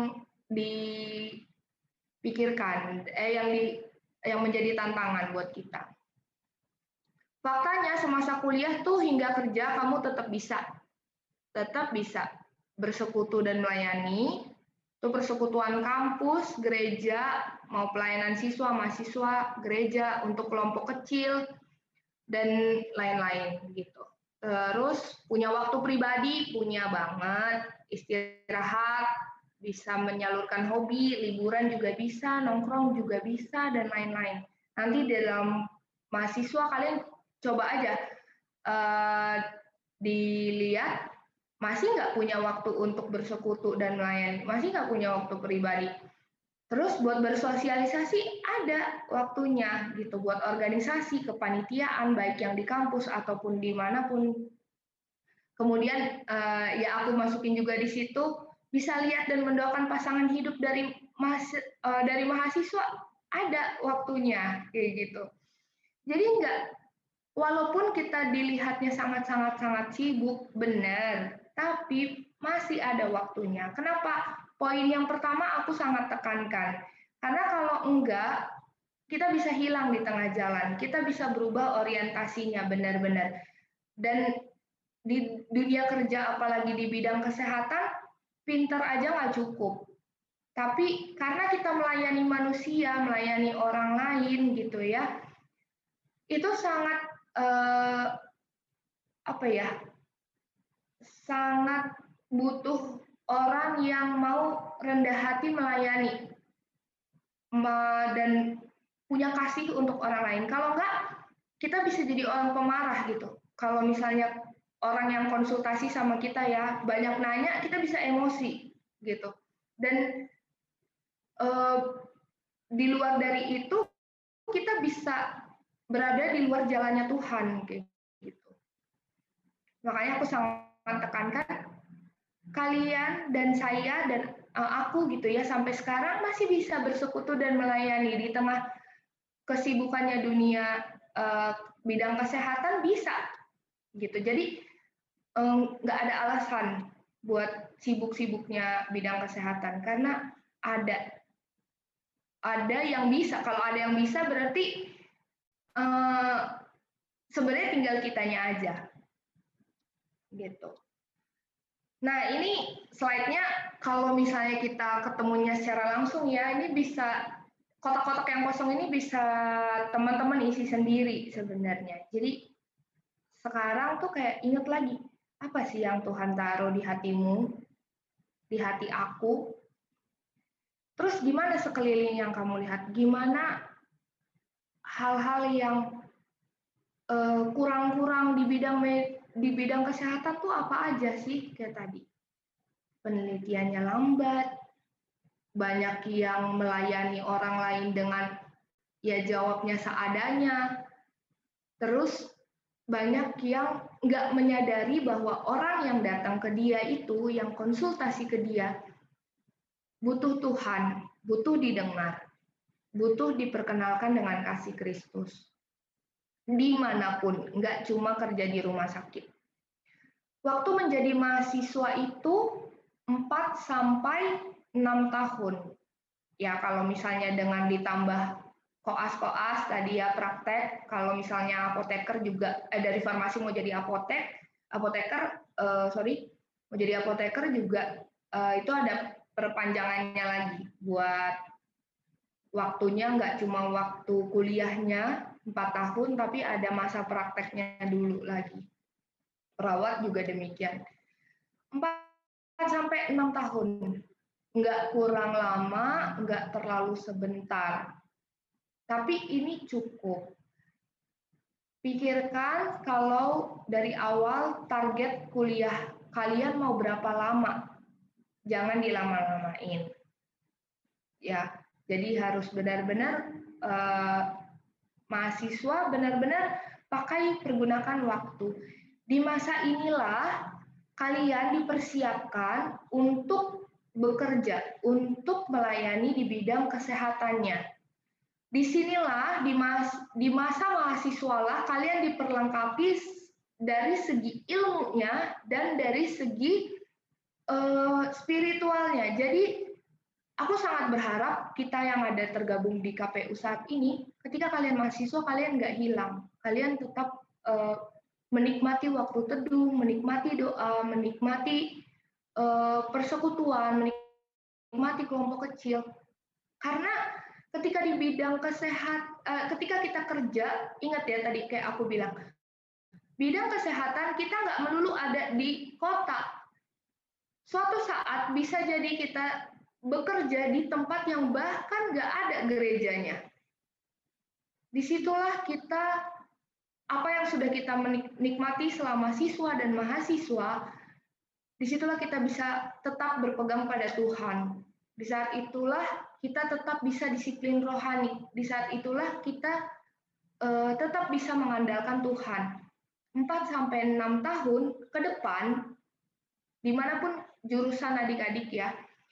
dipikirkan, eh yang di yang menjadi tantangan buat kita. Faktanya semasa kuliah tuh hingga kerja kamu tetap bisa, tetap bisa bersekutu dan melayani. Itu persekutuan kampus, gereja, mau pelayanan siswa, mahasiswa, gereja, untuk kelompok kecil, dan lain-lain gitu. Terus punya waktu pribadi, punya banget, istirahat, bisa menyalurkan hobi, liburan juga bisa, nongkrong juga bisa, dan lain-lain. Nanti dalam mahasiswa kalian coba aja uh, dilihat masih nggak punya waktu untuk bersekutu dan melayani, masih nggak punya waktu pribadi. Terus buat bersosialisasi ada waktunya gitu, buat organisasi, kepanitiaan, baik yang di kampus ataupun dimanapun. Kemudian uh, ya aku masukin juga di situ, bisa lihat dan mendoakan pasangan hidup dari mas, uh, dari mahasiswa, ada waktunya kayak gitu. Jadi enggak, walaupun kita dilihatnya sangat-sangat-sangat sibuk, benar, tapi masih ada waktunya. Kenapa? Poin yang pertama aku sangat tekankan. Karena kalau enggak, kita bisa hilang di tengah jalan. Kita bisa berubah orientasinya benar-benar. Dan di dunia kerja, apalagi di bidang kesehatan, pinter aja nggak cukup. Tapi karena kita melayani manusia, melayani orang lain gitu ya, itu sangat eh, apa ya, sangat butuh orang yang mau rendah hati melayani dan punya kasih untuk orang lain. Kalau enggak, kita bisa jadi orang pemarah gitu. Kalau misalnya orang yang konsultasi sama kita ya, banyak nanya, kita bisa emosi gitu. Dan eh, di luar dari itu, kita bisa berada di luar jalannya Tuhan gitu. Makanya aku sangat tekankan kalian dan saya dan uh, aku gitu ya sampai sekarang masih bisa bersekutu dan melayani di tengah kesibukannya dunia uh, bidang kesehatan bisa gitu. Jadi nggak um, ada alasan buat sibuk-sibuknya bidang kesehatan karena ada ada yang bisa. Kalau ada yang bisa berarti uh, sebenarnya tinggal kitanya aja gitu. Nah, ini slide-nya kalau misalnya kita ketemunya secara langsung ya, ini bisa kotak-kotak yang kosong ini bisa teman-teman isi sendiri sebenarnya. Jadi sekarang tuh kayak inget lagi, apa sih yang Tuhan taruh di hatimu, di hati aku. Terus gimana sekeliling yang kamu lihat? Gimana hal-hal yang kurang-kurang uh, di bidang di bidang kesehatan tuh apa aja sih kayak tadi? Penelitiannya lambat, banyak yang melayani orang lain dengan ya jawabnya seadanya, terus banyak yang nggak menyadari bahwa orang yang datang ke dia itu, yang konsultasi ke dia, butuh Tuhan, butuh didengar, butuh diperkenalkan dengan kasih Kristus. dimanapun, nggak cuma kerja di rumah sakit. Waktu menjadi mahasiswa itu empat sampai enam tahun. Ya, kalau misalnya dengan ditambah koas-koas tadi ya praktek, kalau misalnya apoteker juga eh, dari farmasi mau jadi apotek, apoteker eh, sorry mau jadi apoteker juga eh, itu ada perpanjangannya lagi buat waktunya, nggak cuma waktu kuliahnya empat tahun, tapi ada masa prakteknya dulu lagi. Perawat juga demikian. empat sampai enam tahun. Nggak kurang lama, nggak terlalu sebentar. Tapi ini cukup. Pikirkan kalau dari awal target kuliah kalian mau berapa lama. Jangan dilama-lamain. Ya, jadi harus benar-benar eh, mahasiswa benar-benar pakai pergunakan waktu. Di masa inilah kalian dipersiapkan untuk bekerja, untuk melayani di bidang kesehatannya. Disinilah di, mas, di masa mahasiswalah kalian diperlengkapi dari segi ilmunya dan dari segi uh, spiritualnya. Jadi aku sangat berharap kita yang ada tergabung di K P U saat ini, ketika kalian mahasiswa, kalian nggak hilang. Kalian tetap uh, menikmati waktu teduh, menikmati doa, menikmati uh, persekutuan, menikmati kelompok kecil. Karena ketika di bidang kesehat, uh, ketika kita kerja, ingat ya tadi kayak aku bilang, bidang kesehatan kita nggak melulu ada di kota. Suatu saat bisa jadi kita bekerja di tempat yang bahkan nggak ada gerejanya. Disitulah kita, apa yang sudah kita menikmati selama siswa dan mahasiswa, disitulah kita bisa tetap berpegang pada Tuhan. Di saat itulah kita tetap bisa disiplin rohani. Di saat itulah kita uh, tetap bisa mengandalkan Tuhan. empat sampai enam tahun ke depan, dimanapun jurusan adik-adik ya,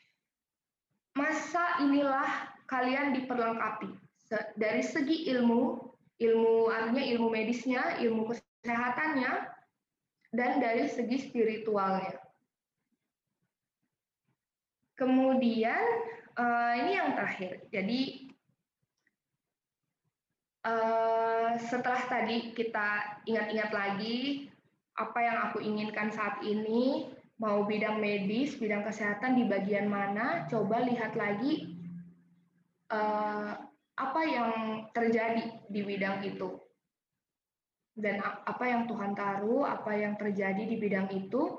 masa inilah kalian diperlengkapi dari segi ilmu, ilmu artinya ilmu medisnya, ilmu kesehatannya, dan dari segi spiritualnya. Kemudian ini yang terakhir. Jadi setelah tadi kita ingat-ingat lagi apa yang aku inginkan saat ini, mau bidang medis, bidang kesehatan di bagian mana, coba lihat lagi uh, apa yang terjadi di bidang itu. Dan apa yang Tuhan taruh, apa yang terjadi di bidang itu.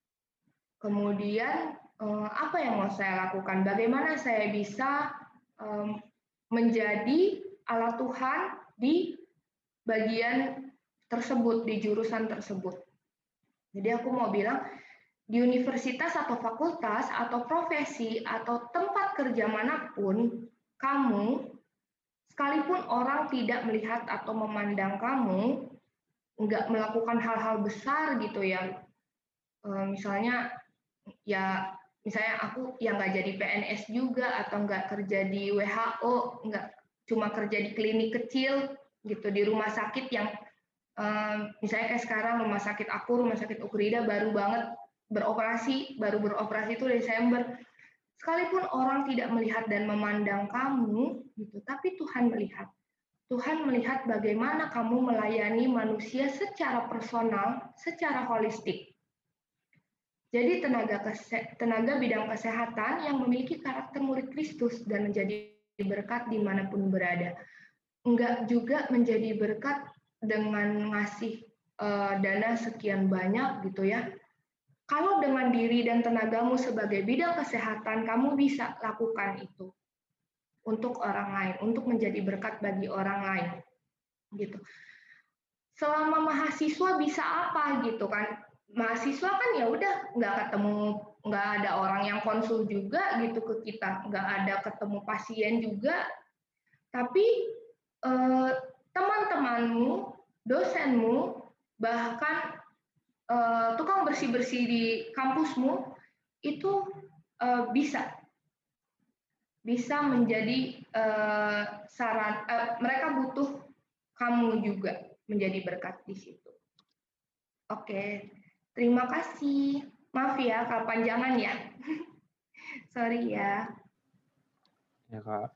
Kemudian uh, apa yang mau saya lakukan, bagaimana saya bisa um, menjadi alat Tuhan di bagian tersebut, di jurusan tersebut. Jadi aku mau bilang, di universitas atau fakultas atau profesi atau tempat kerja manapun, kamu, sekalipun orang tidak melihat atau memandang kamu, nggak melakukan hal-hal besar gitu ya, e, misalnya ya misalnya aku yang nggak jadi P N S juga atau nggak kerja di W H O, nggak cuma kerja di klinik kecil gitu, di rumah sakit yang e, misalnya kayak sekarang rumah sakit aku, rumah sakit Ukrida baru banget beroperasi, baru beroperasi itu Desember. Sekalipun orang tidak melihat dan memandang kamu, gitu, tapi Tuhan melihat. Tuhan melihat bagaimana kamu melayani manusia secara personal, secara holistik. Jadi tenaga kese, tenaga bidang kesehatan yang memiliki karakter murid Kristus dan menjadi berkat dimanapun berada. Enggak juga menjadi berkat dengan ngasih uh, dana sekian banyak gitu ya. Kalau dengan diri dan tenagamu sebagai bidang kesehatan, kamu bisa lakukan itu untuk orang lain, untuk menjadi berkat bagi orang lain, gitu. Selama mahasiswa bisa apa gitu kan? Mahasiswa kan ya udah nggak ketemu, nggak ada orang yang konsul juga gitu ke kita, nggak ada ketemu pasien juga. Tapi eh, teman-temanmu, dosenmu, bahkan Uh, tukang bersih-bersih di kampusmu itu uh, bisa bisa menjadi uh, saran, uh, mereka butuh kamu juga menjadi berkat di situ. Oke, terima kasih. Maaf ya kalau panjangan ya. Sorry ya. Ya Kak.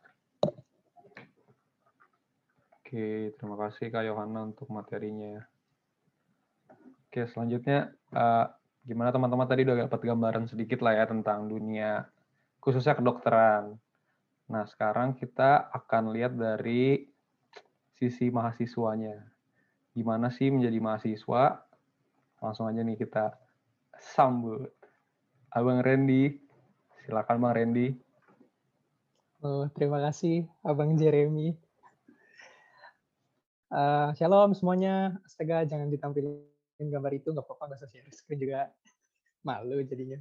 Oke, terima kasih Kak Yohana untuk materinya. Oke, selanjutnya uh, gimana teman-teman tadi udah dapat gambaran sedikit lah ya tentang dunia khususnya kedokteran. Nah, sekarang kita akan lihat dari sisi mahasiswanya. Gimana sih menjadi mahasiswa? Langsung aja nih kita sambut. Abang Randy, silakan Bang Randy. Oh, terima kasih Abang Jeremy. Uh, shalom semuanya. Astaga, jangan ditampilin gambar itu, nggak apa-apa, nggak usah share screen juga. Malu jadinya.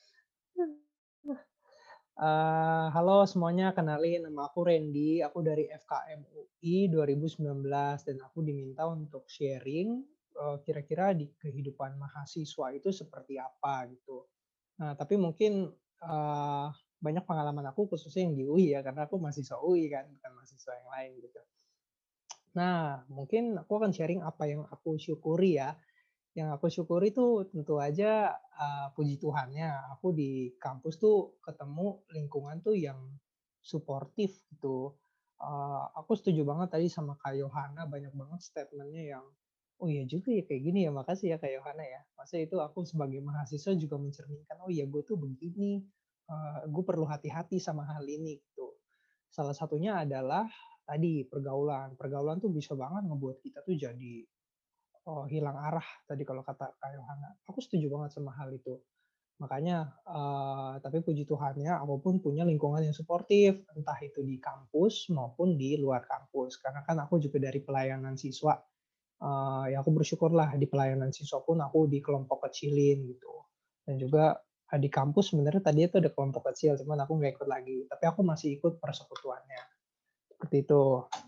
Uh, halo semuanya, kenalin nama aku Randy, aku dari F K M U I dua ribu sembilan belas dan aku diminta untuk sharing uh, kira-kira di kehidupan mahasiswa itu seperti apa gitu. Nah, tapi mungkin uh, banyak pengalaman aku khususnya yang di U I ya, karena aku mahasiswa U I kan, bukan mahasiswa yang lain gitu. Nah, mungkin aku akan sharing apa yang aku syukuri ya. Yang aku syukuri tuh tentu aja uh, puji Tuhannya, aku di kampus tuh ketemu lingkungan tuh yang suportif gitu. Uh, aku setuju banget tadi sama Kak Yohana, banyak banget statementnya yang, oh iya juga ya kayak gini ya, makasih ya Kak Yohana ya. Maksudnya itu aku sebagai mahasiswa juga mencerminkan, oh iya gue tuh begini, uh, gue perlu hati-hati sama hal ini gitu. Salah satunya adalah tadi pergaulan. Pergaulan tuh bisa banget ngebuat kita tuh jadi oh, hilang arah tadi kalau kata Kak Yohana. Aku setuju banget sama hal itu. Makanya, uh, tapi puji Tuhannya, aku pun punya lingkungan yang suportif, entah itu di kampus maupun di luar kampus. Karena kan aku juga dari pelayanan siswa. Uh, ya aku bersyukurlah di pelayanan siswa pun aku di kelompok kecilin gitu. Dan juga uh, di kampus sebenarnya tadi itu ada kelompok kecil, cuman aku nggak ikut lagi. Tapi aku masih ikut persekutuannya. Seperti itu.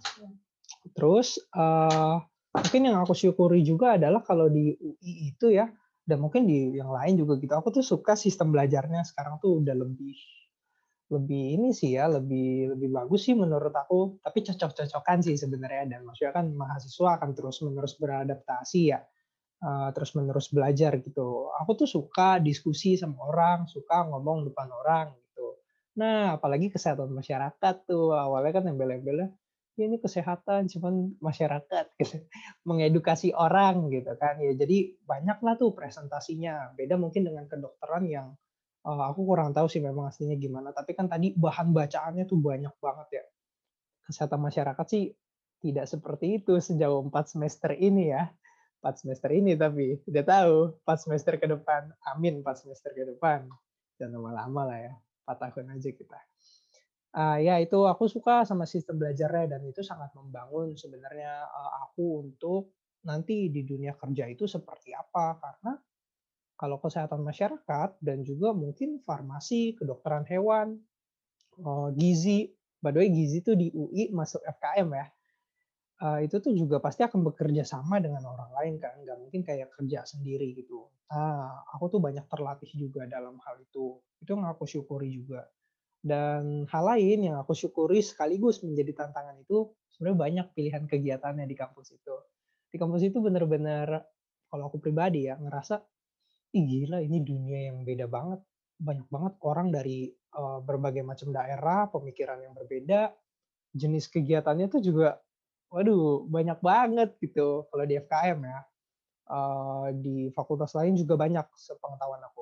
Terus uh, mungkin yang aku syukuri juga adalah kalau di U I itu ya, dan mungkin di yang lain juga gitu, aku tuh suka sistem belajarnya sekarang tuh udah lebih lebih ini sih ya, lebih lebih bagus sih menurut aku, tapi cocok-cocokan sih sebenarnya, dan maksudnya kan mahasiswa akan terus-menerus beradaptasi ya, uh, terus-menerus belajar gitu. Aku tuh suka diskusi sama orang, suka ngomong depan orang gitu. Nah, apalagi kesehatan masyarakat tuh, awalnya kan embel-embelnya, ya ini kesehatan cuman masyarakat gitu, mengedukasi orang gitu kan ya, jadi banyak lah tuh presentasinya, beda mungkin dengan kedokteran yang uh, aku kurang tahu sih memang aslinya gimana, tapi kan tadi bahan bacaannya tuh banyak banget ya. Kesehatan masyarakat sih tidak seperti itu sejauh empat semester ini ya, empat semester ini, tapi udah tahu empat semester ke depan, amin empat semester ke depan, jangan lama-lama lah ya, empat tahun aja kita. Uh, ya itu aku suka sama sistem belajarnya, dan itu sangat membangun sebenarnya uh, aku untuk nanti di dunia kerja itu seperti apa, karena kalau kesehatan masyarakat dan juga mungkin farmasi, kedokteran hewan, uh, gizi, by the way gizi itu di U I masuk F K M ya, uh, itu tuh juga pasti akan bekerja sama dengan orang lain kan, nggak mungkin kayak kerja sendiri gitu. Nah, aku tuh banyak terlatih juga dalam hal itu, itu yang aku syukuri juga. Dan hal lain yang aku syukuri sekaligus menjadi tantangan itu, sebenarnya banyak pilihan kegiatannya di kampus itu. Di kampus itu benar-benar, kalau aku pribadi ya, ngerasa, ih gila ini dunia yang beda banget. Banyak banget orang dari uh, berbagai macam daerah, pemikiran yang berbeda, jenis kegiatannya tuh juga, waduh banyak banget gitu kalau di F K M ya. Uh, di fakultas lain juga banyak sepengetahuan aku.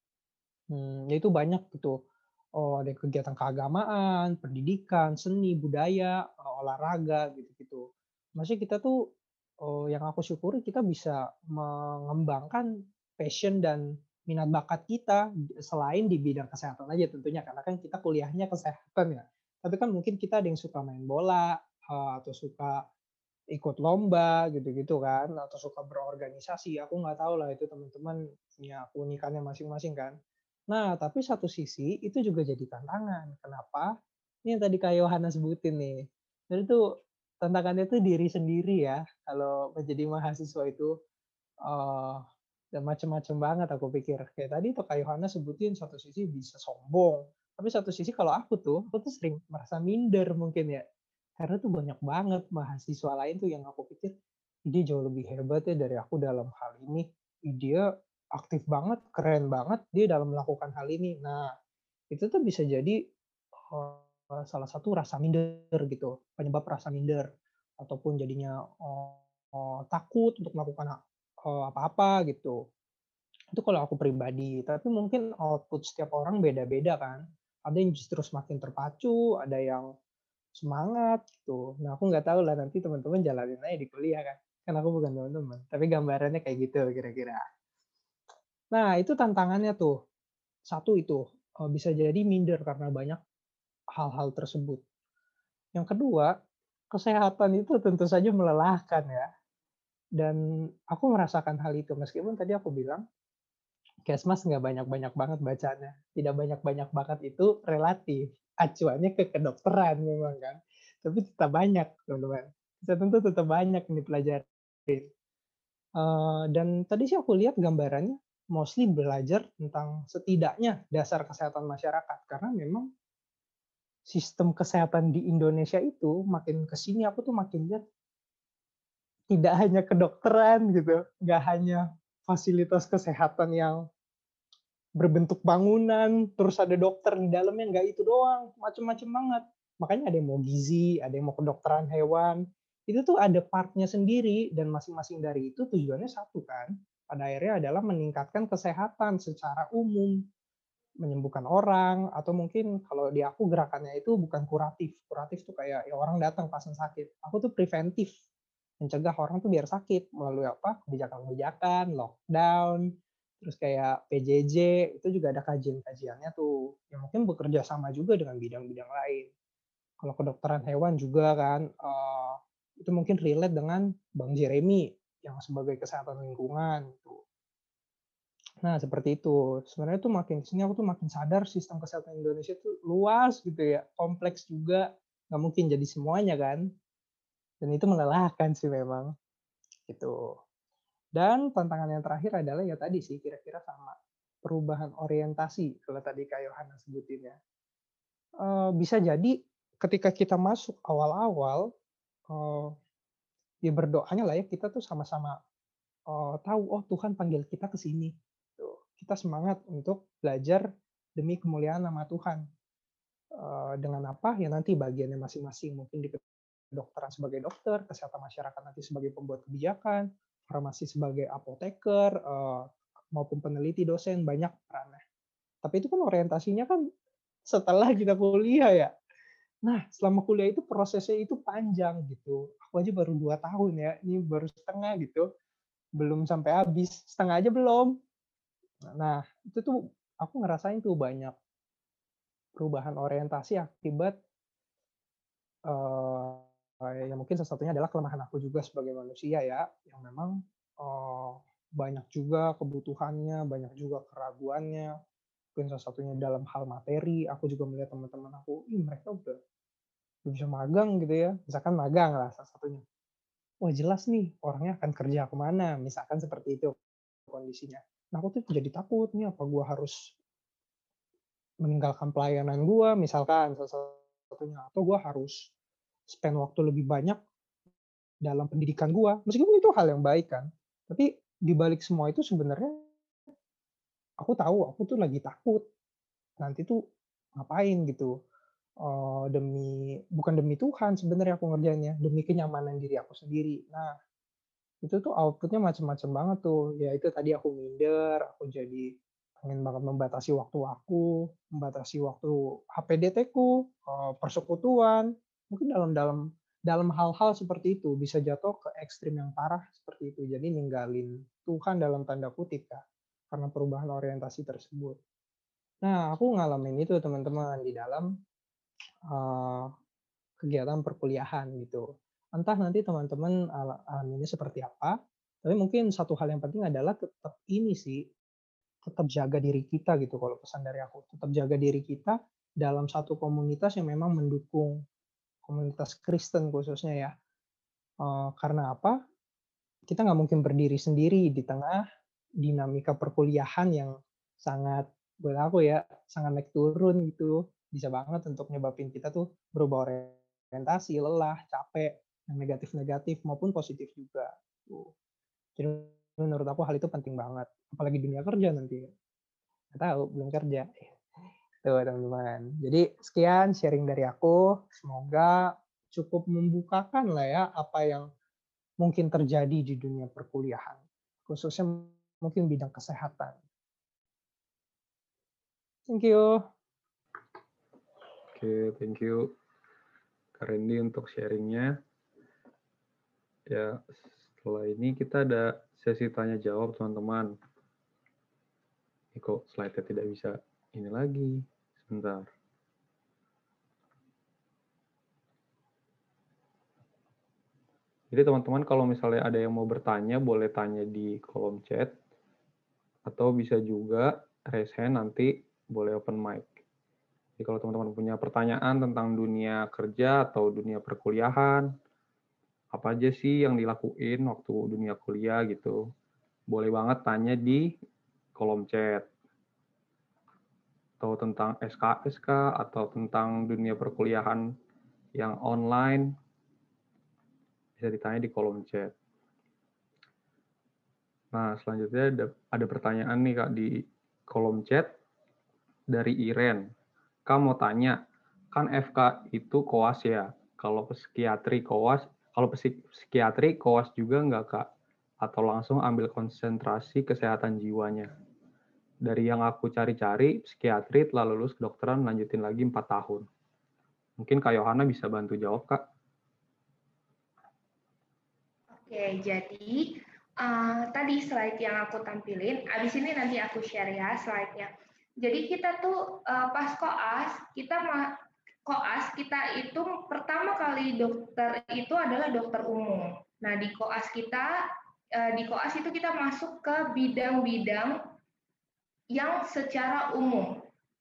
Hmm, ya itu banyak gitu. Oh, ada kegiatan keagamaan, pendidikan, seni, budaya, eh, olahraga gitu-gitu. Maksudnya kita tuh oh, yang aku syukuri kita bisa mengembangkan passion dan minat bakat kita selain di bidang kesehatan aja tentunya, karena kan kita kuliahnya kesehatan ya. Tapi kan mungkin kita ada yang suka main bola eh, atau suka ikut lomba gitu-gitu kan, atau suka berorganisasi. Aku nggak tahu lah itu teman-teman punya keunikannya masing-masing kan. Nah, tapi satu sisi itu juga jadi tantangan. Kenapa? Ini yang tadi Kak Yohana sebutin nih. Jadi tuh tantangannya tuh diri sendiri ya. Kalau menjadi mahasiswa itu uh, dan macam-macam banget aku pikir. Kayak tadi tuh Kak Yohana sebutin satu sisi bisa sombong. Tapi satu sisi kalau aku tuh, aku tuh sering merasa minder mungkin ya. Karena tuh banyak banget mahasiswa lain tuh yang aku pikir, dia jauh lebih hebat ya dari aku dalam hal ini. Dia aktif banget, keren banget dia dalam melakukan hal ini. Nah, itu tuh bisa jadi, eee, salah satu rasa minder gitu, penyebab rasa minder ataupun jadinya, eee, takut untuk melakukan, eee, apa-apa gitu. Itu kalau aku pribadi, tapi mungkin output setiap orang beda-beda kan. Ada yang justru semakin terpacu, ada yang semangat gitu. Nah, aku nggak tahu lah nanti teman-teman jalanin aja di kuliah kan. Kan aku bukan teman-teman, tapi gambarannya kayak gitu kira-kira. Nah, itu tantangannya tuh. Satu itu, eee, bisa jadi minder karena banyak hal-hal tersebut. Yang kedua, kesehatan itu tentu saja melelahkan ya, dan aku merasakan hal itu meskipun tadi aku bilang Kesmas nggak banyak-banyak banget bacanya, tidak banyak-banyak banget itu relatif, acuannya ke kedokteran memang kan, tapi tetap banyak teman-teman, kesehatan tuh tetap banyak yang dipelajarin. Eee, dan tadi sih aku lihat gambarannya mostly belajar tentang setidaknya dasar kesehatan masyarakat, karena memang sistem kesehatan di Indonesia itu makin ke sini aku tuh makin lihat tidak hanya kedokteran gitu, nggak hanya fasilitas kesehatan yang berbentuk bangunan, terus ada dokter di dalamnya, nggak itu doang, macem-macem banget. Makanya ada yang mau gizi, ada yang mau kedokteran hewan, itu tuh ada part-nya sendiri dan masing-masing dari itu tujuannya satu kan, pada akhirnya adalah meningkatkan kesehatan secara umum, menyembuhkan orang, atau mungkin kalau di aku gerakannya itu bukan kuratif. Kuratif tuh kayak ya orang datang pasien sakit, aku tuh preventif, mencegah orang tuh biar sakit melalui apa, kebijakan-kebijakan, lockdown, terus kayak P J J, itu juga ada kajian-kajiannya tuh, yang mungkin bekerja sama juga dengan bidang-bidang lain. Kalau kedokteran hewan juga kan, eee, itu mungkin relate dengan Bang Jeremy yang sebagai kesehatan lingkungan gitu. Nah, seperti itu. Sebenarnya tuh makin ke sini aku tuh makin sadar sistem kesehatan Indonesia tuh luas gitu ya, kompleks juga, nggak mungkin jadi semuanya kan, dan itu melelahkan sih memang, gitu. Dan tantangan yang terakhir adalah ya tadi sih kira-kira sama, perubahan orientasi kalau tadi Kak Yohana sebutin ya. Eee, bisa jadi ketika kita masuk awal-awal, eee, ya berdoanya lah ya kita tuh sama-sama, eee, tahu, oh Tuhan panggil kita ke sini, tuh. Kita semangat untuk belajar demi kemuliaan nama Tuhan. Eee, dengan apa, ya nanti bagiannya masing-masing, mungkin di kedokteran sebagai dokter, kesehatan masyarakat nanti sebagai pembuat kebijakan, farmasi sebagai apoteker, eee, maupun peneliti, dosen, banyak perannya. Tapi itu kan orientasinya kan setelah kita kuliah ya. Nah, selama kuliah itu prosesnya itu panjang gitu. Aku aja baru dua tahun ya, ini baru setengah gitu, belum sampai habis, setengah aja belum. Nah, itu tuh aku ngerasain tuh banyak perubahan orientasi akibat, eee, ya mungkin salah satunya adalah kelemahan aku juga sebagai manusia ya, yang memang, eee, banyak juga kebutuhannya, banyak juga keraguannya, mungkin salah satunya dalam hal materi, aku juga melihat teman-teman aku, ih mereka udah udah bisa magang gitu ya, misalkan magang lah salah satunya. Wah jelas nih orangnya akan kerja ke mana, misalkan seperti itu kondisinya. Nah aku tuh jadi takut, nih apa gua harus meninggalkan pelayanan gua misalkan salah satunya, atau gua harus spend waktu lebih banyak dalam pendidikan gua, meskipun itu hal yang baik kan, tapi di balik semua itu sebenarnya aku tahu aku tuh lagi takut, nanti tuh ngapain gitu, eee, demi bukan demi Tuhan sebenarnya aku ngerjainnya, demi kenyamanan diri aku sendiri. Nah, itu tuh output-nya macem-macem banget tuh, ya itu tadi aku minder, aku jadi pengen banget membatasi waktu aku, membatasi waktu H P D T-ku, eee, persekutuan, mungkin dalam dalam dalam hal-hal seperti itu bisa jatuh ke ekstrim yang parah seperti itu. Jadi ninggalin Tuhan dalam tanda kutip ya, karena perubahan orientasi tersebut. Nah, aku ngalamin itu teman-teman di dalam, eee, kegiatan perkuliahan gitu. Entah nanti teman-teman ala alaminya seperti apa, tapi mungkin satu hal yang penting adalah tetap ini sih, tetap jaga diri kita gitu kalau pesan dari aku, tetap jaga diri kita dalam satu komunitas yang memang mendukung, komunitas Kristen khususnya ya. Eee, karena apa, kita nggak mungkin berdiri sendiri di tengah dinamika perkuliahan yang sangat buat aku ya, sangat naik turun gitu. Bisa banget untuk nyebabin kita tuh berubah orientasi, lelah, capek, yang negatif-negatif maupun positif juga. gitu. Jadi menurut aku hal itu penting banget, apalagi dunia kerja nanti. Nggak tahu, belum kerja. Tuh teman-teman. Jadi sekian sharing dari aku. Semoga cukup membukakan lah ya apa yang mungkin terjadi di dunia perkuliahan. Khususnya mungkin bidang kesehatan. Thank you. Oke, thank you Kak Randy untuk sharingnya. Ya, setelah ini kita ada sesi tanya jawab teman-teman. Ini kok slide-nya tidak bisa ini lagi. Sebentar. Jadi teman-teman kalau misalnya ada yang mau bertanya, boleh tanya di kolom chat. Atau bisa juga raise hand nanti boleh open mic. Jadi kalau teman-teman punya pertanyaan tentang dunia kerja atau dunia perkuliahan, apa aja sih yang dilakuin waktu dunia kuliah gitu, boleh banget tanya di kolom chat. Atau tentang S K S kah, atau tentang dunia perkuliahan yang online, bisa ditanya di kolom chat. Nah, selanjutnya ada, ada pertanyaan nih Kak di kolom chat dari Iren. Kak mau tanya, kan F K itu koas ya, kalau psikiatri koas, kalau psikiatri koas juga nggak Kak? Atau langsung ambil konsentrasi kesehatan jiwanya? Dari yang aku cari-cari, psikiatri telah lulus kedokteran lanjutin lagi empat tahun. Mungkin Kak Yohana bisa bantu jawab, Kak. Oke, jadi uh, tadi slide yang aku tampilin, abis ini nanti aku share ya slide-nya. Jadi kita tuh uh, pas koas, kita ma- koas kita itu pertama kali dokter itu adalah dokter umum. Nah di koas kita, uh, di koas itu kita masuk ke bidang-bidang yang secara umum.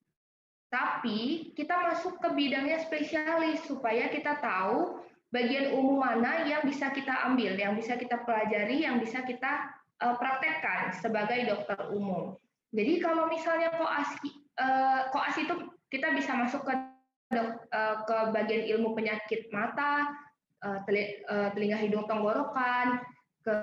Tapi kita masuk ke bidangnya spesialis supaya kita tahu bagian umum mana yang bisa kita ambil, yang bisa kita pelajari, yang bisa kita uh, praktekkan sebagai dokter umum. Jadi kalau misalnya koas uh, koas itu kita bisa masuk ke uh, ke bagian ilmu penyakit mata, uh, telinga hidung tenggorokan, ke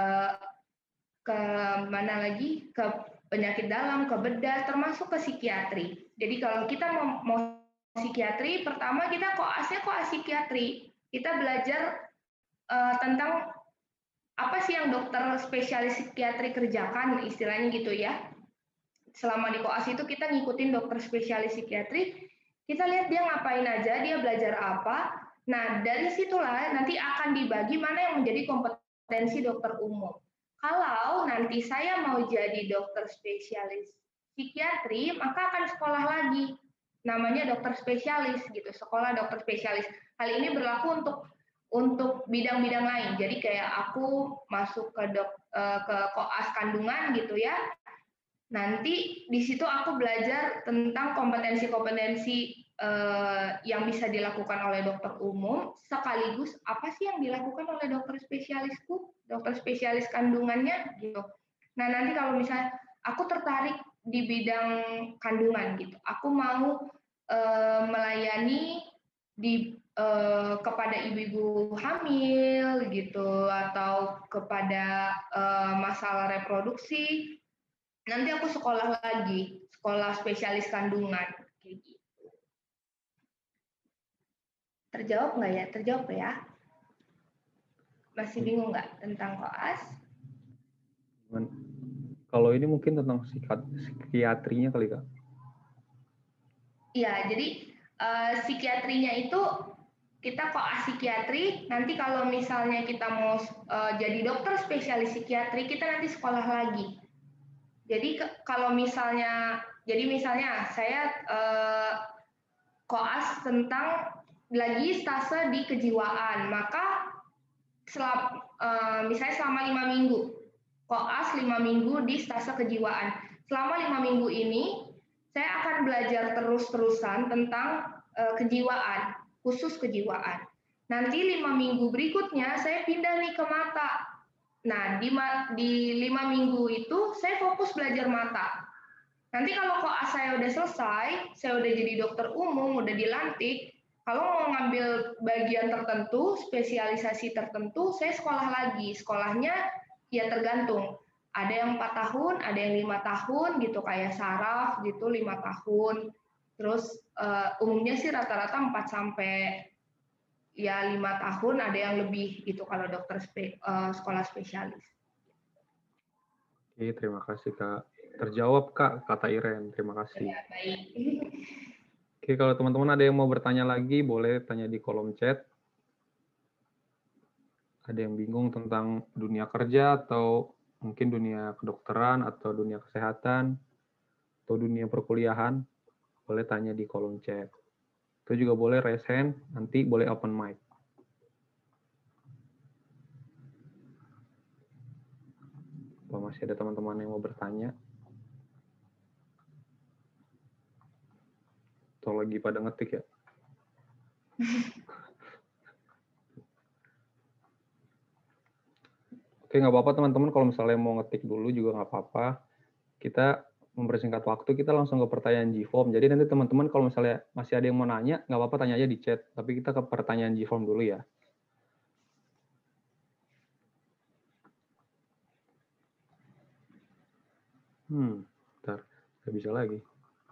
ke mana lagi, ke penyakit dalam, ke bedah, termasuk ke psikiatri. Jadi kalau kita mau, mau psikiatri, pertama kita koasnya koas psikiatri. Kita belajar uh, tentang apa sih yang dokter spesialis psikiatri kerjakan, istilahnya gitu ya. Selama di koas itu kita ngikutin dokter spesialis psikiatri, kita lihat dia ngapain aja, dia belajar apa. Nah, dari situlah nanti akan dibagi mana yang menjadi kompetensi dokter umum. Kalau nanti saya mau jadi dokter spesialis psikiatri, maka akan sekolah lagi. Namanya dokter spesialis gitu, sekolah dokter spesialis. Hal ini berlaku untuk untuk bidang-bidang lain. Jadi kayak aku masuk ke dok, ke koas kandungan gitu ya. Nanti di situ aku belajar tentang kompetensi-kompetensi Uh, yang bisa dilakukan oleh dokter umum, sekaligus apa sih yang dilakukan oleh dokter spesialisku, dokter spesialis kandungannya gitu. Nah nanti kalau misalnya aku tertarik di bidang kandungan gitu, aku mau uh, melayani di uh, kepada ibu-ibu hamil gitu, atau kepada uh, masalah reproduksi, nanti aku sekolah lagi, sekolah spesialis kandungan kayak gitu. Terjawab nggak ya? Terjawab ya? Masih bingung nggak tentang koas? Kalau ini mungkin tentang psikiatrinya kali, Kak? Iya, jadi uh, psikiatrinya itu kita koas psikiatri, nanti kalau misalnya kita mau uh, jadi dokter spesialis psikiatri, kita nanti sekolah lagi. Jadi ke, kalau misalnya, jadi misalnya saya uh, koas tentang lagi stase di kejiwaan, maka selap, uh, misalnya selama lima minggu, koas lima minggu di stase kejiwaan. Selama lima minggu ini, saya akan belajar terus-terusan tentang uh, kejiwaan, khusus kejiwaan. Nanti lima minggu berikutnya, saya pindah nih ke mata. Nah, di, di lima minggu itu, saya fokus belajar mata. Nanti kalau koas saya udah selesai, saya udah jadi dokter umum, udah dilantik, Kalau mau ngambil bagian tertentu, spesialisasi tertentu, saya sekolah lagi. Sekolahnya ya tergantung. Ada yang empat tahun, ada yang lima tahun gitu, kayak saraf gitu lima tahun. Terus uh, umumnya sih rata-rata empat sampai ya lima tahun, ada yang lebih gitu kalau dokter spe, uh, sekolah spesialis. Oke, terima kasih Kak. Terjawab Kak, kata Iren. Terima kasih. Ya, baik. Oke, kalau teman-teman ada yang mau bertanya lagi, boleh tanya di kolom chat. Ada yang bingung tentang dunia kerja atau mungkin dunia kedokteran atau dunia kesehatan atau dunia perkuliahan, boleh tanya di kolom chat. Itu juga boleh raise hand, nanti boleh open mic. Kalau masih ada teman-teman yang mau bertanya, atau lagi pada ngetik ya. Oke, nggak apa-apa teman-teman, kalau misalnya mau ngetik dulu juga nggak apa-apa. Kita mempersingkat waktu, kita langsung ke pertanyaan G-Form. Jadi nanti teman-teman kalau misalnya masih ada yang mau nanya, nggak apa-apa tanya aja di chat. Tapi kita ke pertanyaan G-Form dulu ya. Hmm, bentar. Nggak bisa lagi.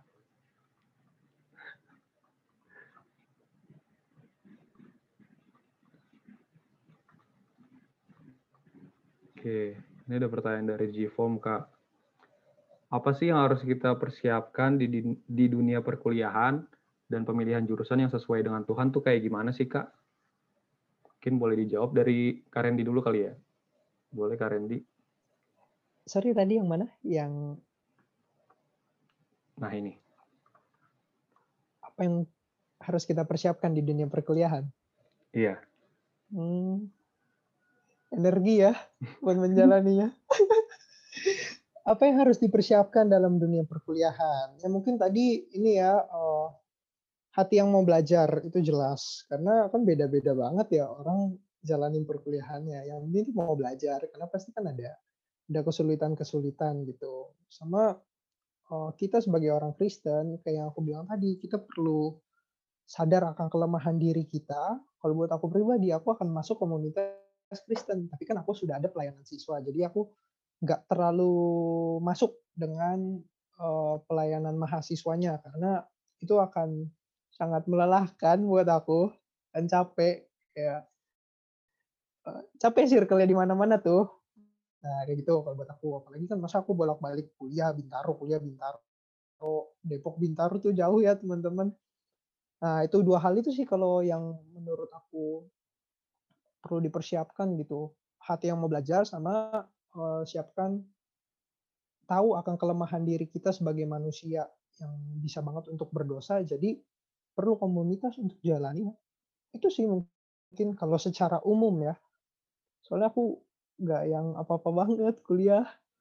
Oke, ini ada pertanyaan dari G-Form, Kak. Apa sih yang harus kita persiapkan di, di dunia perkuliahan dan pemilihan jurusan yang sesuai dengan Tuhan tuh kayak gimana sih, Kak? Mungkin boleh dijawab dari Kak Rendi dulu kali ya. Boleh, Kak Rendi? Sorry, tadi yang mana? Yang Nah, ini. apa yang harus kita persiapkan di dunia perkuliahan? Iya. Hmm, energi ya buat menjalaninya. Apa yang harus dipersiapkan dalam dunia perkuliahan? Ya mungkin tadi ini ya, uh, hati yang mau belajar itu jelas. Karena kan beda-beda banget ya orang jalanin perkuliahannya. Yang penting mau belajar, karena pasti kan ada ada kesulitan-kesulitan gitu. Sama uh, kita sebagai orang Kristen, kayak yang aku bilang tadi, kita perlu sadar akan kelemahan diri kita. Kalau buat aku pribadi, aku akan masuk komunitas Kristen, tapi kan aku sudah ada pelayanan siswa, jadi aku nggak terlalu masuk dengan uh, pelayanan mahasiswanya, karena itu akan sangat melelahkan buat aku, dan capek, kayak uh, capek circle-nya di mana-mana tuh. Nah, kayak gitu kalau buat aku. Apalagi kan masa aku bolak-balik kuliah Bintaro, kuliah Bintaro, Depok Bintaro tuh jauh ya teman-teman. Nah, itu dua hal itu sih kalau yang menurut aku perlu dipersiapkan gitu. Hati yang mau belajar sama uh, siapkan tahu akan kelemahan diri kita sebagai manusia yang bisa banget untuk berdosa. Jadi perlu komunitas untuk jalani. Itu sih mungkin kalau secara umum ya. Soalnya aku nggak yang apa-apa banget kuliah.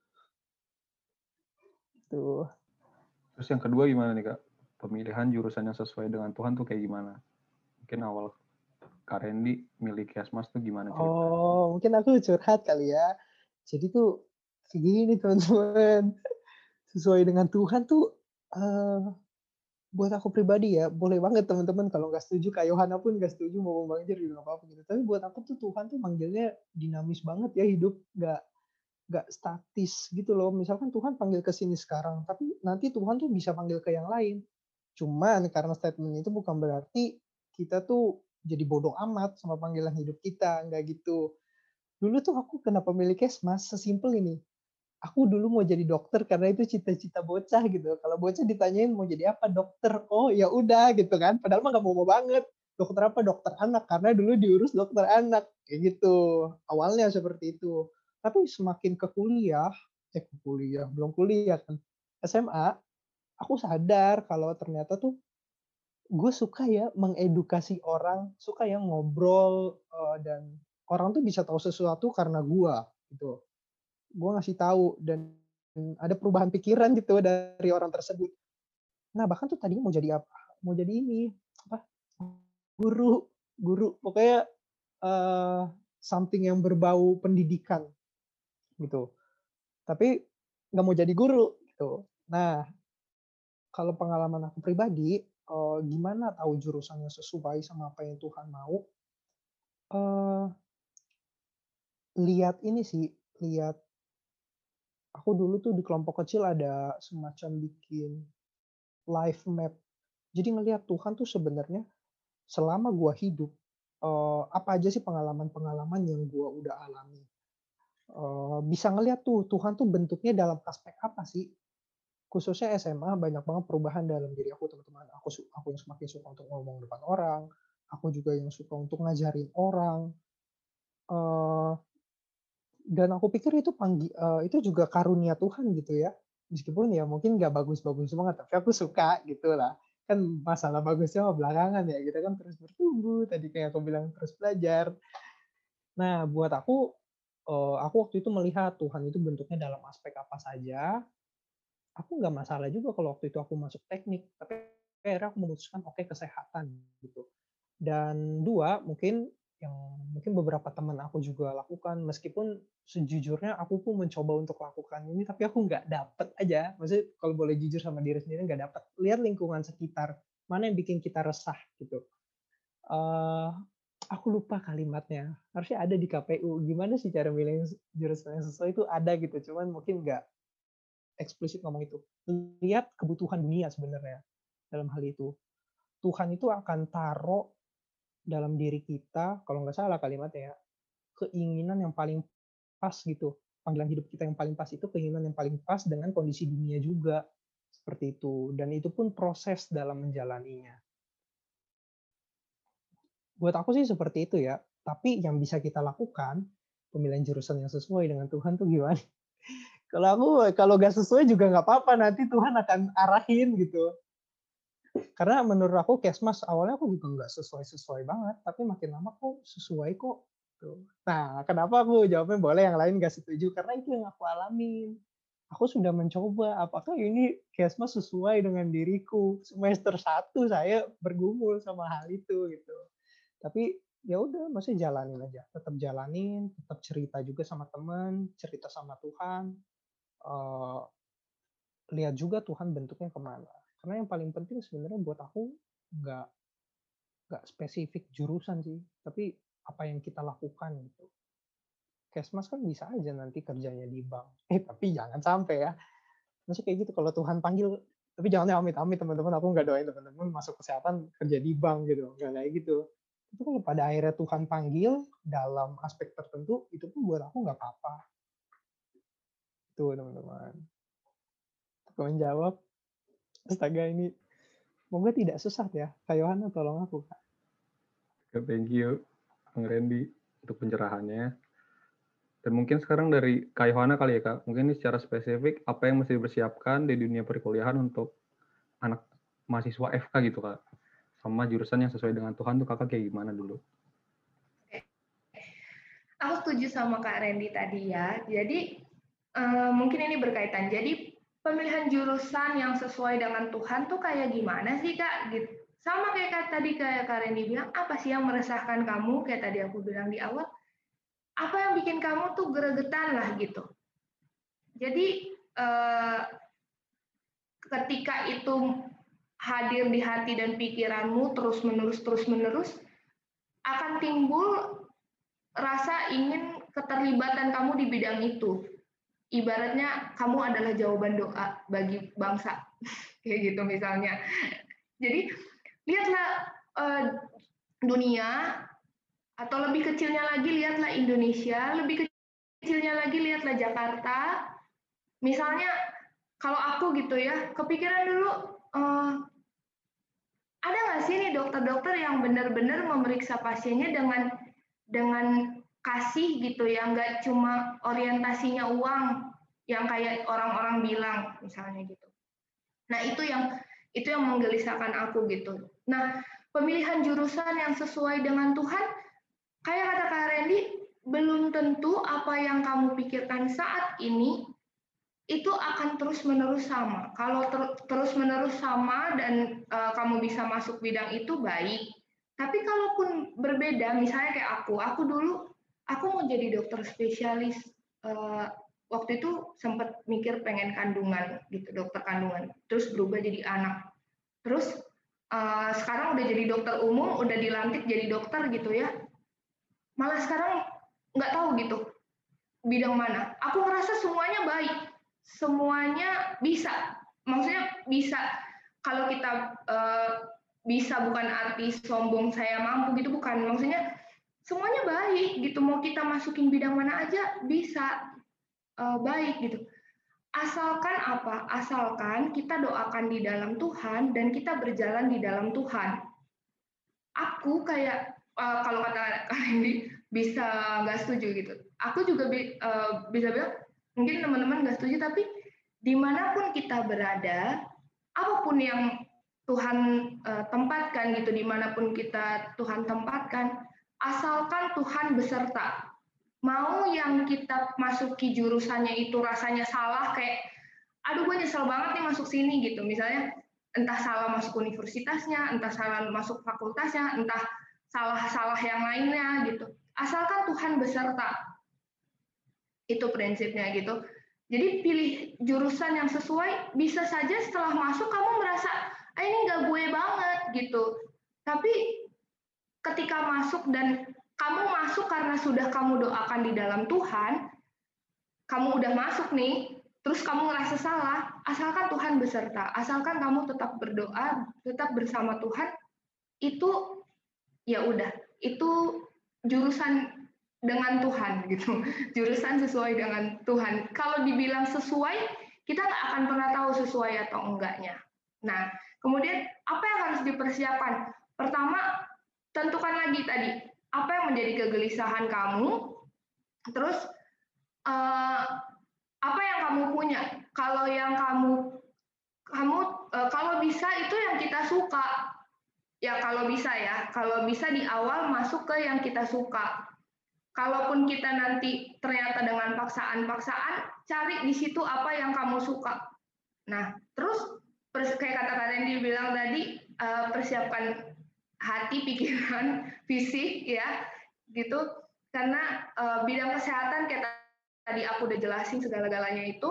Tuh. Terus yang kedua gimana nih, Kak? Pemilihan jurusan yang sesuai dengan Tuhan tuh kayak gimana? Mungkin awal Kak Rendi milih Kiasmas tuh gimana ceritanya? Oh, mungkin aku curhat kali ya. Jadi tuh segini teman-teman. Sesuai dengan Tuhan tuh uh, buat aku pribadi ya, boleh banget teman-teman kalau nggak setuju, Kak Yohana pun nggak setuju, mau Bang Jer juga nggak apa-apa gitu. Tapi buat aku tuh Tuhan tuh manggilnya dinamis banget ya hidup, nggak nggak statis gitu loh. Misalkan Tuhan panggil ke sini sekarang, tapi nanti Tuhan tuh bisa panggil ke yang lain. Cuman karena statement itu bukan berarti kita tuh jadi bodoh amat sama panggilan hidup kita, nggak gitu. Dulu tuh aku kenapa milih Kesmas, sesimpel ini. Aku dulu mau jadi dokter karena itu cita-cita bocah gitu. Kalau bocah ditanyain mau jadi apa, dokter. Oh ya udah gitu kan. Padahal mah nggak mau mau banget. Dokter apa? Dokter anak karena dulu diurus dokter anak kayak gitu. Awalnya seperti itu. Tapi semakin ke kuliah, eh ke kuliah belum kuliah kan. S M A, aku sadar kalau ternyata tuh gue suka ya mengedukasi orang, suka ya ngobrol uh, dan orang tuh bisa tahu sesuatu karena gue gitu. Gue ngasih tahu dan ada perubahan pikiran gitu dari orang tersebut. Nah bahkan tuh tadinya mau jadi apa? Mau jadi ini apa? Guru, guru. Pokoknya uh, something yang berbau pendidikan gitu. Tapi nggak mau jadi guru gitu. Nah kalau pengalaman aku pribadi, uh, uh, gimana tahu jurusan yang sesuai sama apa yang Tuhan mau? Uh, lihat ini sih, lihat aku dulu tuh di kelompok kecil ada semacam bikin life map. Jadi ngelihat Tuhan tuh sebenarnya selama gua hidup, uh, apa aja sih pengalaman-pengalaman yang gua udah alami. Uh, bisa ngelihat tuh Tuhan tuh bentuknya dalam aspek apa sih? Khususnya S M A banyak banget perubahan dalam diri aku, teman-teman. Aku su aku yang semakin suka untuk ngomong depan orang, aku juga yang suka untuk ngajarin orang, eee, dan aku pikir itu panggi eee, itu juga karunia Tuhan gitu ya. Meskipun ya mungkin nggak bagus-bagus banget, tapi aku suka gitulah. Kan masalah bagusnya mah belakangan ya, kita kan terus bertumbuh, tadi kayak aku bilang terus belajar. Nah, buat aku, eee, aku waktu itu melihat Tuhan itu bentuknya dalam aspek apa saja. Aku nggak masalah juga kalau waktu itu aku masuk teknik, tapi akhirnya aku memutuskan, oke kesehatan gitu. Dan dua, mungkin yang mungkin beberapa teman aku juga lakukan, meskipun sejujurnya aku pun mencoba untuk lakukan ini, tapi aku nggak dapet aja. Maksudnya kalau boleh jujur sama diri sendiri nggak dapet. Lihat lingkungan sekitar, mana yang bikin kita resah gitu. Eee, aku lupa kalimatnya, harusnya ada di K P U, gimana sih cara milih jurusan yang sesuai itu ada gitu, cuman mungkin nggak eksplisit ngomong itu. Lihat kebutuhan dunia sebenarnya dalam hal itu. Tuhan itu akan taruh dalam diri kita, kalau nggak salah kalimatnya ya, keinginan yang paling pas gitu. Panggilan hidup kita yang paling pas itu keinginan yang paling pas dengan kondisi dunia juga. Seperti itu. Dan itu pun proses dalam menjalaninya. Buat aku sih seperti itu ya. Tapi yang bisa kita lakukan, pemilihan jurusan yang sesuai dengan Tuhan tuh gimana? Kalau aku, kalau nggak sesuai juga nggak apa-apa, nanti Tuhan akan arahin gitu. Karena menurut aku Kesmas awalnya aku juga nggak sesuai-sesuai banget, tapi makin lama kok sesuai kok. Tuh. Nah, kenapa aku jawabnya boleh, yang lain nggak setuju? Karena itu yang aku alamin. Aku sudah mencoba, apakah ini Kesmas sesuai dengan diriku? Semester satu saya bergumul sama hal itu gitu. Tapi ya udah, maksudnya jalanin aja, tetap jalanin, tetap cerita juga sama teman, cerita sama Tuhan. Uh, lihat juga Tuhan bentuknya kemana. Karena yang paling penting sebenarnya buat aku nggak nggak spesifik jurusan sih, tapi apa yang kita lakukan gitu. Kesmas kan bisa aja nanti kerjanya di bank. Eh tapi jangan sampai ya. Maksudnya kayak gitu kalau Tuhan panggil, tapi jangan amit-amit teman-teman, aku nggak doain teman-teman masuk kesehatan kerja di bank gitu, nggak kayak gitu. Itu kalau pada akhirnya Tuhan panggil dalam aspek tertentu, itu pun buat aku nggak apa-apa. Tuh teman-teman. Aku menjawab, astaga ini semoga tidak sesat ya. Kak Yohana tolong aku, Kak. Thank you, Bang Randy, untuk pencerahannya. Dan mungkin sekarang dari Kak Yohana kali ya, Kak. Mungkin ini secara spesifik, apa yang mesti dipersiapkan di dunia perkuliahan untuk anak mahasiswa F K gitu, Kak. Sama jurusan yang sesuai dengan Tuhan tuh Kakak kayak gimana dulu? Aku setuju sama Kak Randy tadi ya. Jadi uh, mungkin ini berkaitan. Jadi pemilihan jurusan yang sesuai dengan Tuhan tuh kayak gimana sih Kak? Gitu. Sama kayak Kak, tadi kayak Kak Randy bilang, apa sih yang meresahkan kamu? Kayak tadi aku bilang di awal, apa yang bikin kamu tuh gregetan lah gitu. Jadi uh, ketika itu hadir di hati dan pikiranmu terus menerus terus menerus, akan timbul rasa ingin keterlibatan kamu di bidang itu. Ibaratnya kamu adalah jawaban doa bagi bangsa, kayak gitu misalnya. Jadi lihatlah uh, dunia, atau lebih kecilnya lagi lihatlah Indonesia, lebih kecilnya lagi lihatlah Jakarta. Misalnya kalau aku gitu ya, kepikiran dulu, uh, ada nggak sih nih dokter-dokter yang benar-benar memeriksa pasiennya dengan dengan kasih gitu ya, nggak cuma orientasinya uang yang kayak orang-orang bilang misalnya gitu. Nah itu yang itu yang menggelisahkan aku gitu. Nah pemilihan jurusan yang sesuai dengan Tuhan, kayak kata Kak Randy, belum tentu apa yang kamu pikirkan saat ini itu akan terus-menerus sama. Kalau ter terus-menerus sama dan uh, kamu bisa masuk bidang itu baik. Tapi kalaupun berbeda, misalnya kayak aku, aku dulu aku mau jadi dokter spesialis. Uh, waktu itu sempat mikir pengen kandungan gitu, dokter kandungan. Terus berubah jadi anak. Terus uh, sekarang udah jadi dokter umum, udah dilantik jadi dokter gitu ya. Malah sekarang nggak tahu gitu bidang mana. Aku ngerasa semuanya baik, semuanya bisa. Maksudnya bisa. Kalau kita uh, bisa bukan arti sombong saya mampu gitu, bukan. Maksudnya semuanya baik gitu. Mau kita masukin bidang mana aja bisa uh, baik gitu. Asalkan apa? Asalkan kita doakan di dalam Tuhan dan kita berjalan di dalam Tuhan. Aku kayak uh, kalau kata Kak Hendy bisa nggak setuju gitu. Aku juga bi uh, bisa bilang mungkin teman-teman nggak setuju, tapi dimanapun kita berada, apapun yang Tuhan uh, tempatkan gitu, dimanapun kita Tuhan tempatkan, asalkan Tuhan beserta. Mau yang kita masuki jurusannya itu rasanya salah, kayak aduh gue nyesel banget nih masuk sini gitu, misalnya entah salah masuk universitasnya, entah salah masuk fakultasnya, entah salah-salah yang lainnya gitu. Asalkan Tuhan beserta. Itu prinsipnya gitu. Jadi pilih jurusan yang sesuai, bisa saja setelah masuk kamu merasa, ah ini nggak gue banget gitu. Tapi ketika masuk dan kamu masuk karena sudah kamu doakan di dalam Tuhan, kamu udah masuk nih, terus kamu ngerasa salah, asalkan Tuhan beserta, asalkan kamu tetap berdoa, tetap bersama Tuhan, itu ya udah, itu jurusan dengan Tuhan gitu, jurusan sesuai dengan Tuhan. Kalau dibilang sesuai, kita nggak akan pernah tahu sesuai atau enggaknya. Nah, kemudian apa yang harus dipersiapkan? Pertama, tentukan lagi tadi, apa yang menjadi kegelisahan kamu, terus uh, apa yang kamu punya. Kalau yang kamu kamu uh, kalau bisa itu yang kita suka. Ya kalau bisa ya, kalau bisa di awal masuk ke yang kita suka. Kalaupun kita nanti ternyata dengan paksaan-paksaan, cari di situ apa yang kamu suka. Nah, terus kayak kata Kak Randy bilang tadi, uh, persiapkan hati, pikiran, fisik ya, gitu. Karena uh, bidang kesehatan kayak tadi aku udah jelasin segala-galanya itu,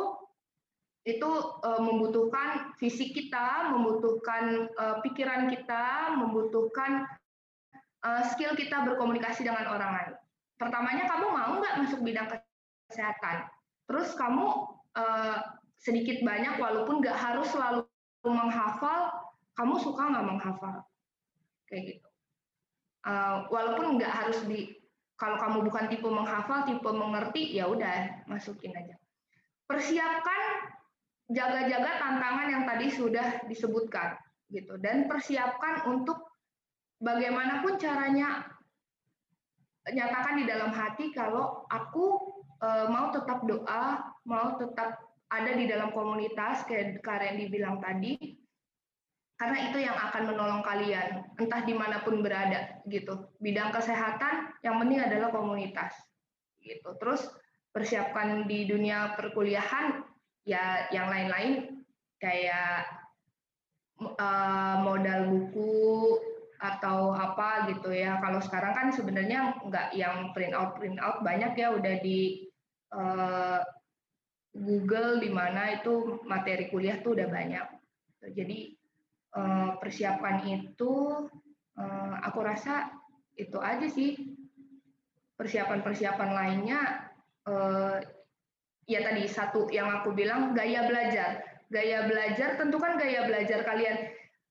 itu uh, membutuhkan fisik kita, membutuhkan uh, pikiran kita, membutuhkan uh, skill kita berkomunikasi dengan orang lain. Pertamanya kamu mau nggak masuk bidang kesehatan? Terus kamu uh, sedikit banyak walaupun nggak harus selalu menghafal, kamu suka nggak menghafal? Kayak gitu. Uh, walaupun nggak harus di, kalau kamu bukan tipe menghafal, tipe mengerti, ya udah masukin aja. Persiapkan jaga-jaga tantangan yang tadi sudah disebutkan gitu, dan persiapkan untuk bagaimanapun caranya nyatakan di dalam hati kalau aku e, mau tetap doa, mau tetap ada di dalam komunitas kayak Kak Randy bilang tadi, karena itu yang akan menolong kalian entah dimanapun berada gitu. Bidang kesehatan yang penting adalah komunitas gitu. Terus persiapkan di dunia perkuliahan ya yang lain-lain kayak uh, modal buku atau apa gitu ya. Kalau sekarang kan sebenarnya nggak yang print out print out, banyak ya udah di uh, Google di mana itu materi kuliah tuh udah banyak. Jadi uh, persiapan itu uh, aku rasa itu aja sih. Persiapan-persiapan lainnya uh, ya tadi satu yang aku bilang gaya belajar. Gaya belajar, tentukan gaya belajar kalian.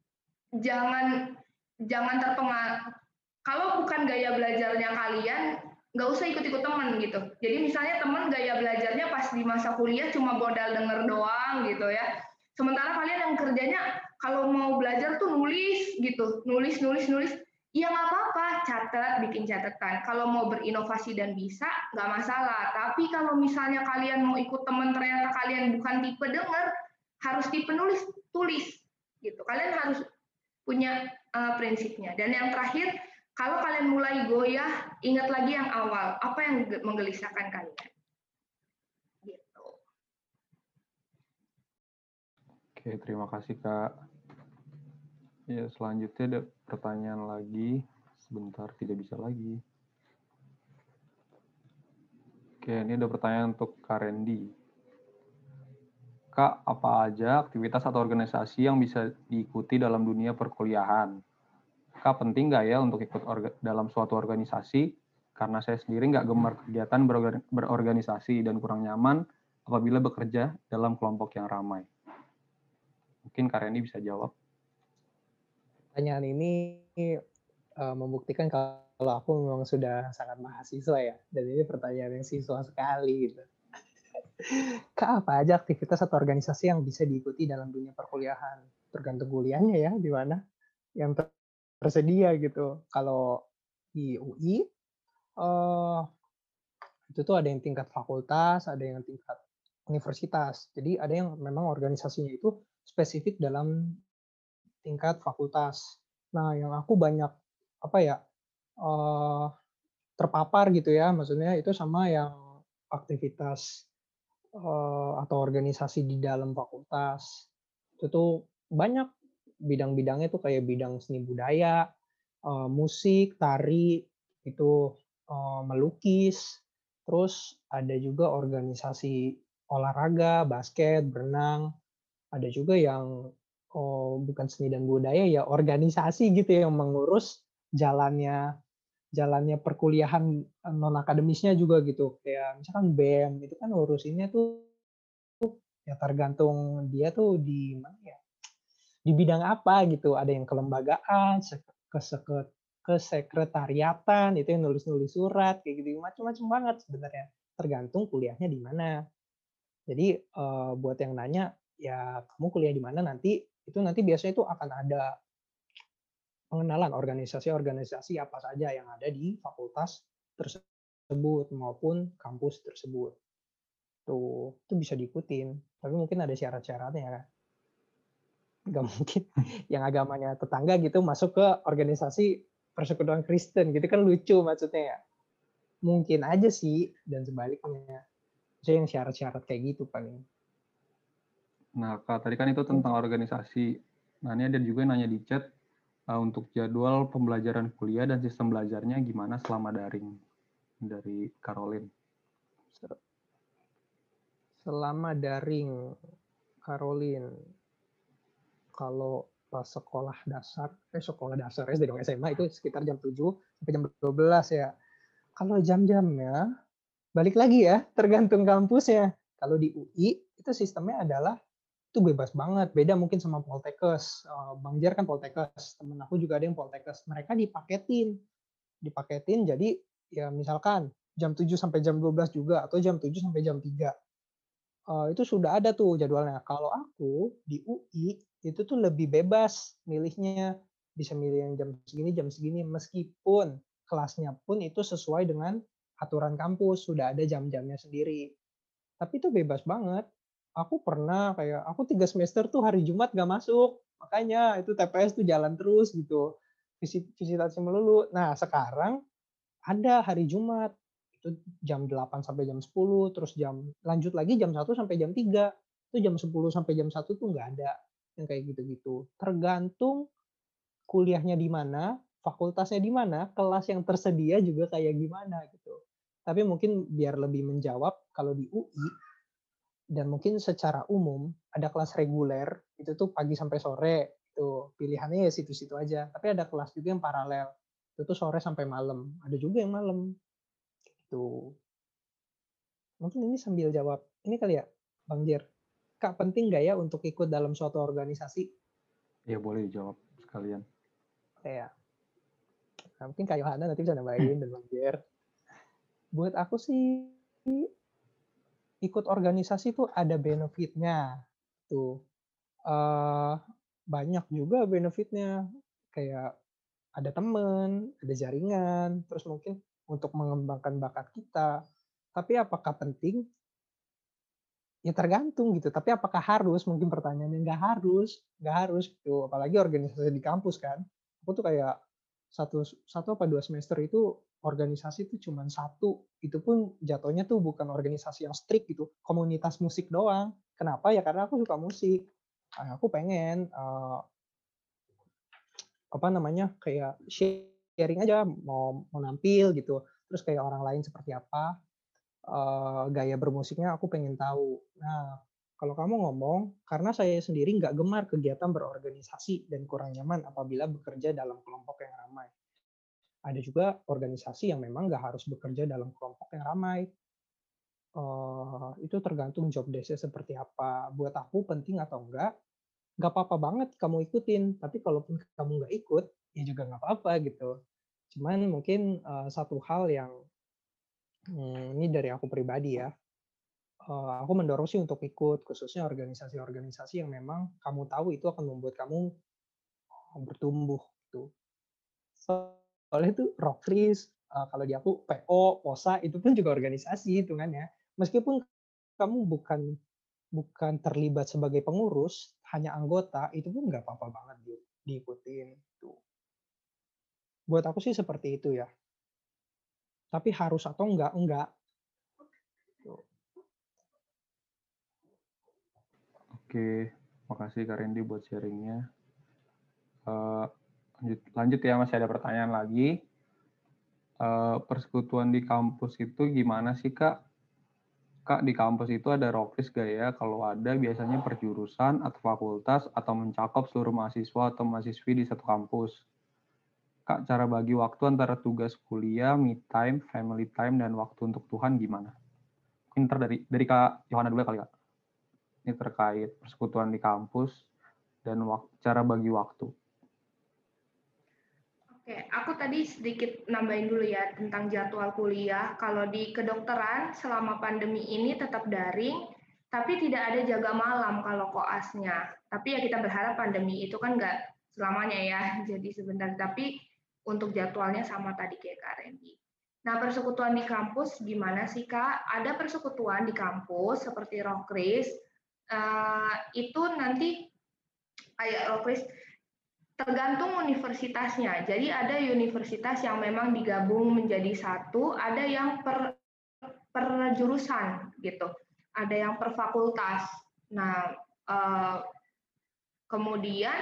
Jangan jangan terpengaruh. Kalau bukan gaya belajarnya kalian, nggak usah ikut-ikut teman gitu. Jadi misalnya teman gaya belajarnya pas di masa kuliah cuma modal denger doang gitu ya. Sementara kalian yang kerjanya kalau mau belajar tuh nulis gitu, nulis nulis nulis. Ya nggak apa-apa, catat, bikin catatan. Kalau mau berinovasi dan bisa, nggak masalah. Tapi kalau misalnya kalian mau ikut teman ternyata kalian bukan tipe denger, harus tipe nulis, tulis gitu. Kalian harus punya uh, prinsipnya. Dan yang terakhir, kalau kalian mulai goyah, ingat lagi yang awal, apa yang menggelisahkan kalian. Gitu. Oke, terima kasih Kak. Ya, selanjutnya ada pertanyaan lagi. Sebentar, tidak bisa lagi. Oke, ini ada pertanyaan untuk Kak Randy. Kak, apa aja aktivitas atau organisasi yang bisa diikuti dalam dunia perkuliahan? Kak, penting nggak ya untuk ikut orga- dalam suatu organisasi? Karena saya sendiri nggak gemar kegiatan berorga- berorganisasi dan kurang nyaman apabila bekerja dalam kelompok yang ramai. Mungkin Kak Randy bisa jawab. Pertanyaan ini uh, membuktikan kalau aku memang sudah sangat mahasiswa ya, dan ini pertanyaan yang siswa sekali gitu. Kak, apa aja aktivitas atau organisasi yang bisa diikuti dalam dunia perkuliahan? Tergantung kuliahnya ya, di mana yang ter- tersedia gitu. Kalau di U I, uh, itu tuh ada yang tingkat fakultas, ada yang tingkat universitas. Jadi ada yang memang organisasinya itu spesifik dalam tingkat fakultas. Nah, yang aku banyak apa ya uh, terpapar gitu ya, maksudnya itu sama yang aktivitas uh, atau organisasi di dalam fakultas. Itu tuh banyak bidang-bidangnya tuh kayak bidang seni budaya, uh, musik, tari, itu uh, melukis, terus ada juga organisasi olahraga, basket, berenang, ada juga yang oh, bukan seni dan budaya ya organisasi gitu yang mengurus jalannya jalannya perkuliahan non akademisnya juga gitu kayak misalkan B E M itu kan urusinnya tuh ya tergantung dia tuh di mana ya di bidang apa gitu ada yang kelembagaan ke kesekretariatan itu yang nulis-nulis surat kayak gitu macam-macam banget sebenarnya tergantung kuliahnya di mana jadi uh, buat yang nanya ya kamu kuliah di mana nanti itu nanti biasanya itu akan ada pengenalan organisasi-organisasi apa saja yang ada di fakultas tersebut maupun kampus tersebut. Tuh, itu bisa diikutin. Tapi mungkin ada syarat-syaratnya kan. Nggak mungkin yang agamanya tetangga gitu masuk ke organisasi persekutuan Kristen gitu kan lucu maksudnya ya. Mungkin aja sih dan sebaliknya. Saya yang syarat-syarat kayak gitu paling. Nah, Kak, tadi kan itu tentang organisasi. Nah, ini ada juga yang nanya di chat uh, untuk jadwal pembelajaran kuliah dan sistem belajarnya gimana selama daring dari Caroline. Selama daring, Caroline, kalau pas sekolah dasar, eh sekolah dasar S D dong S M A itu sekitar jam tujuh sampai jam dua belas ya. Kalau jam-jamnya, balik lagi ya, tergantung kampusnya. Kalau di U I, itu sistemnya adalah itu bebas banget. Beda mungkin sama Poltekkes. Bang Jer kan Poltekkes. Temen aku juga ada yang Poltekkes. Mereka dipaketin. Dipaketin jadi ya misalkan jam tujuh sampai jam dua belas juga atau jam tujuh sampai jam tiga. Uh, itu sudah ada tuh jadwalnya. Kalau aku di U I itu tuh lebih bebas milihnya, bisa milih yang jam segini jam segini meskipun kelasnya pun itu sesuai dengan aturan kampus sudah ada jam-jamnya sendiri. Tapi itu bebas banget. Aku pernah kayak aku tiga semester tuh hari Jumat gak masuk, makanya itu T P S tuh jalan terus gitu, visit visitasi melulu. Nah sekarang ada hari Jumat itu jam delapan sampai jam sepuluh terus jam lanjut lagi jam satu sampai jam tiga itu jam sepuluh sampai jam satu tuh nggak ada yang kayak gitu-gitu tergantung kuliahnya di mana fakultasnya di mana kelas yang tersedia juga kayak gimana gitu tapi mungkin biar lebih menjawab kalau di U I dan mungkin secara umum ada kelas reguler itu tuh pagi sampai sore itu pilihannya ya situ-situ aja tapi ada kelas juga yang paralel itu tuh sore sampai malam ada juga yang malam gitu. Mungkin ini sambil jawab ini kali ya, Bang Jer. Kak, penting nggak ya untuk ikut dalam suatu organisasi? Ya, boleh dijawab sekalian. Kayak, nah, mungkin Kak Yohana nanti bisa nambahin dan Bang Jer. Buat aku sih, ikut organisasi tuh ada benefitnya. Tuh, uh, banyak juga benefitnya. Kayak ada teman, ada jaringan, terus mungkin untuk mengembangkan bakat kita. Tapi apakah penting? Ya tergantung gitu. Tapi apakah harus? Mungkin pertanyaannya nggak harus, nggak harus gitu. Apalagi organisasi di kampus kan. Aku tuh kayak satu satu apa dua semester itu organisasi tuh cuma satu. Itu pun jatuhnya tuh bukan organisasi yang strict gitu. Komunitas musik doang. Kenapa? Ya karena aku suka musik. Nah, aku pengen uh, apa namanya kayak sharing aja mau mau nampil gitu. Terus kayak orang lain seperti apa uh, gaya bermusiknya aku pengen tahu. Nah Kalau kamu ngomong, karena saya sendiri nggak gemar kegiatan berorganisasi dan kurang nyaman apabila bekerja dalam kelompok yang ramai. Ada juga organisasi yang memang nggak harus bekerja dalam kelompok yang ramai. Eh, itu tergantung job desk-nya seperti apa. Buat aku penting atau enggak, nggak apa-apa banget kamu ikutin. Tapi kalaupun kamu nggak ikut, ya juga nggak apa-apa gitu. Cuman mungkin eh, satu hal yang hmm, ini dari aku pribadi ya, eh, aku mendorong sih untuk ikut, khususnya organisasi-organisasi yang memang kamu tahu itu akan membuat kamu eh, bertumbuh gitu. Soalnya itu Rokris, eh, kalau di aku P O, POSA itu pun juga organisasi hitungannya. Meskipun kamu bukan bukan terlibat sebagai pengurus, hanya anggota, itu pun nggak apa-apa banget di, diikutin. Gitu. Buat aku sih seperti itu ya. Tapi harus atau enggak, enggak. Tuh. Oke, makasih Kak Randy buat sharingnya. Uh, lanjut, lanjut ya, masih ada pertanyaan lagi. Uh, persekutuan di kampus itu gimana sih Kak? Kak, di kampus itu ada Rokris gak ya? Kalau ada, biasanya per jurusan atau fakultas atau mencakup seluruh mahasiswa atau mahasiswi di satu kampus. Kak, cara bagi waktu antara tugas kuliah, me time, family time, dan waktu untuk Tuhan gimana? Mungkin ntar dari, dari Kak Yohana dulu kali Kak. Ini terkait persekutuan di kampus dan wak- cara bagi waktu. Oke, aku tadi sedikit nambahin dulu ya tentang jadwal kuliah. Kalau di kedokteran selama pandemi ini tetap daring, tapi tidak ada jaga malam kalau koasnya. Tapi ya kita berharap pandemi itu kan nggak selamanya ya, jadi sebentar. Tapi untuk jadwalnya sama tadi kayak Kak Randy. Nah, persekutuan di kampus gimana sih Kak? Ada persekutuan di kampus seperti Rokris, eh, itu nanti kayak Rokris tergantung universitasnya. Jadi ada universitas yang memang digabung menjadi satu, ada yang per, per jurusan gitu, ada yang per fakultas. Nah, eh, kemudian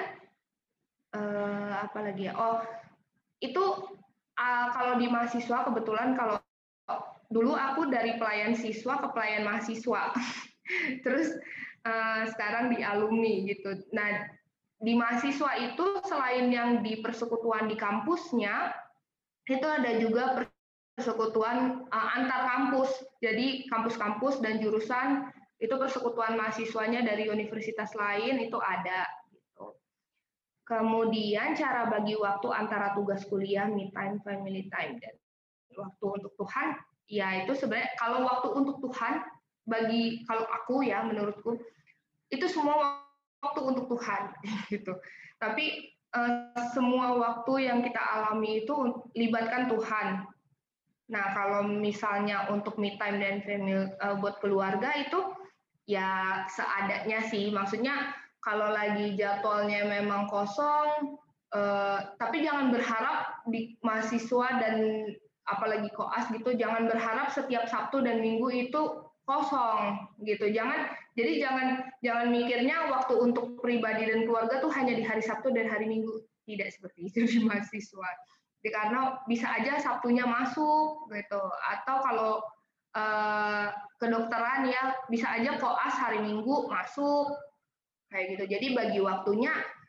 eh, apa lagi ya? Oh, itu uh, kalau di mahasiswa kebetulan kalau dulu aku dari pelayan siswa ke pelayan mahasiswa, terus uh, sekarang di alumni gitu. Nah, di mahasiswa itu selain yang di persekutuan di kampusnya, itu ada juga persekutuan uh, antar kampus. Jadi kampus-kampus dan jurusan itu persekutuan mahasiswanya dari universitas lain itu ada. Gitu. Kemudian cara bagi waktu antara tugas kuliah, me time, family time, dan waktu untuk Tuhan, ya itu sebenarnya kalau waktu untuk Tuhan bagi kalau aku ya menurutku itu semua waktu untuk Tuhan gitu. Tapi eh, semua waktu yang kita alami itu libatkan Tuhan. Nah, kalau misalnya untuk me time dan family uh, buat keluarga itu ya seadanya sih. Maksudnya kalau lagi jadwalnya memang kosong, uh, tapi jangan berharap di mahasiswa dan apalagi koas gitu, jangan berharap setiap Sabtu dan Minggu itu kosong gitu. Jangan jadi jangan jangan mikirnya waktu untuk pribadi dan keluarga tuh hanya di hari Sabtu dan hari Minggu. Tidak seperti itu di mahasiswa. Karena bisa aja Sabtunya masuk gitu atau kalau eh, kedokteran ya bisa aja koas hari Minggu masuk kayak gitu. Jadi bagi waktunya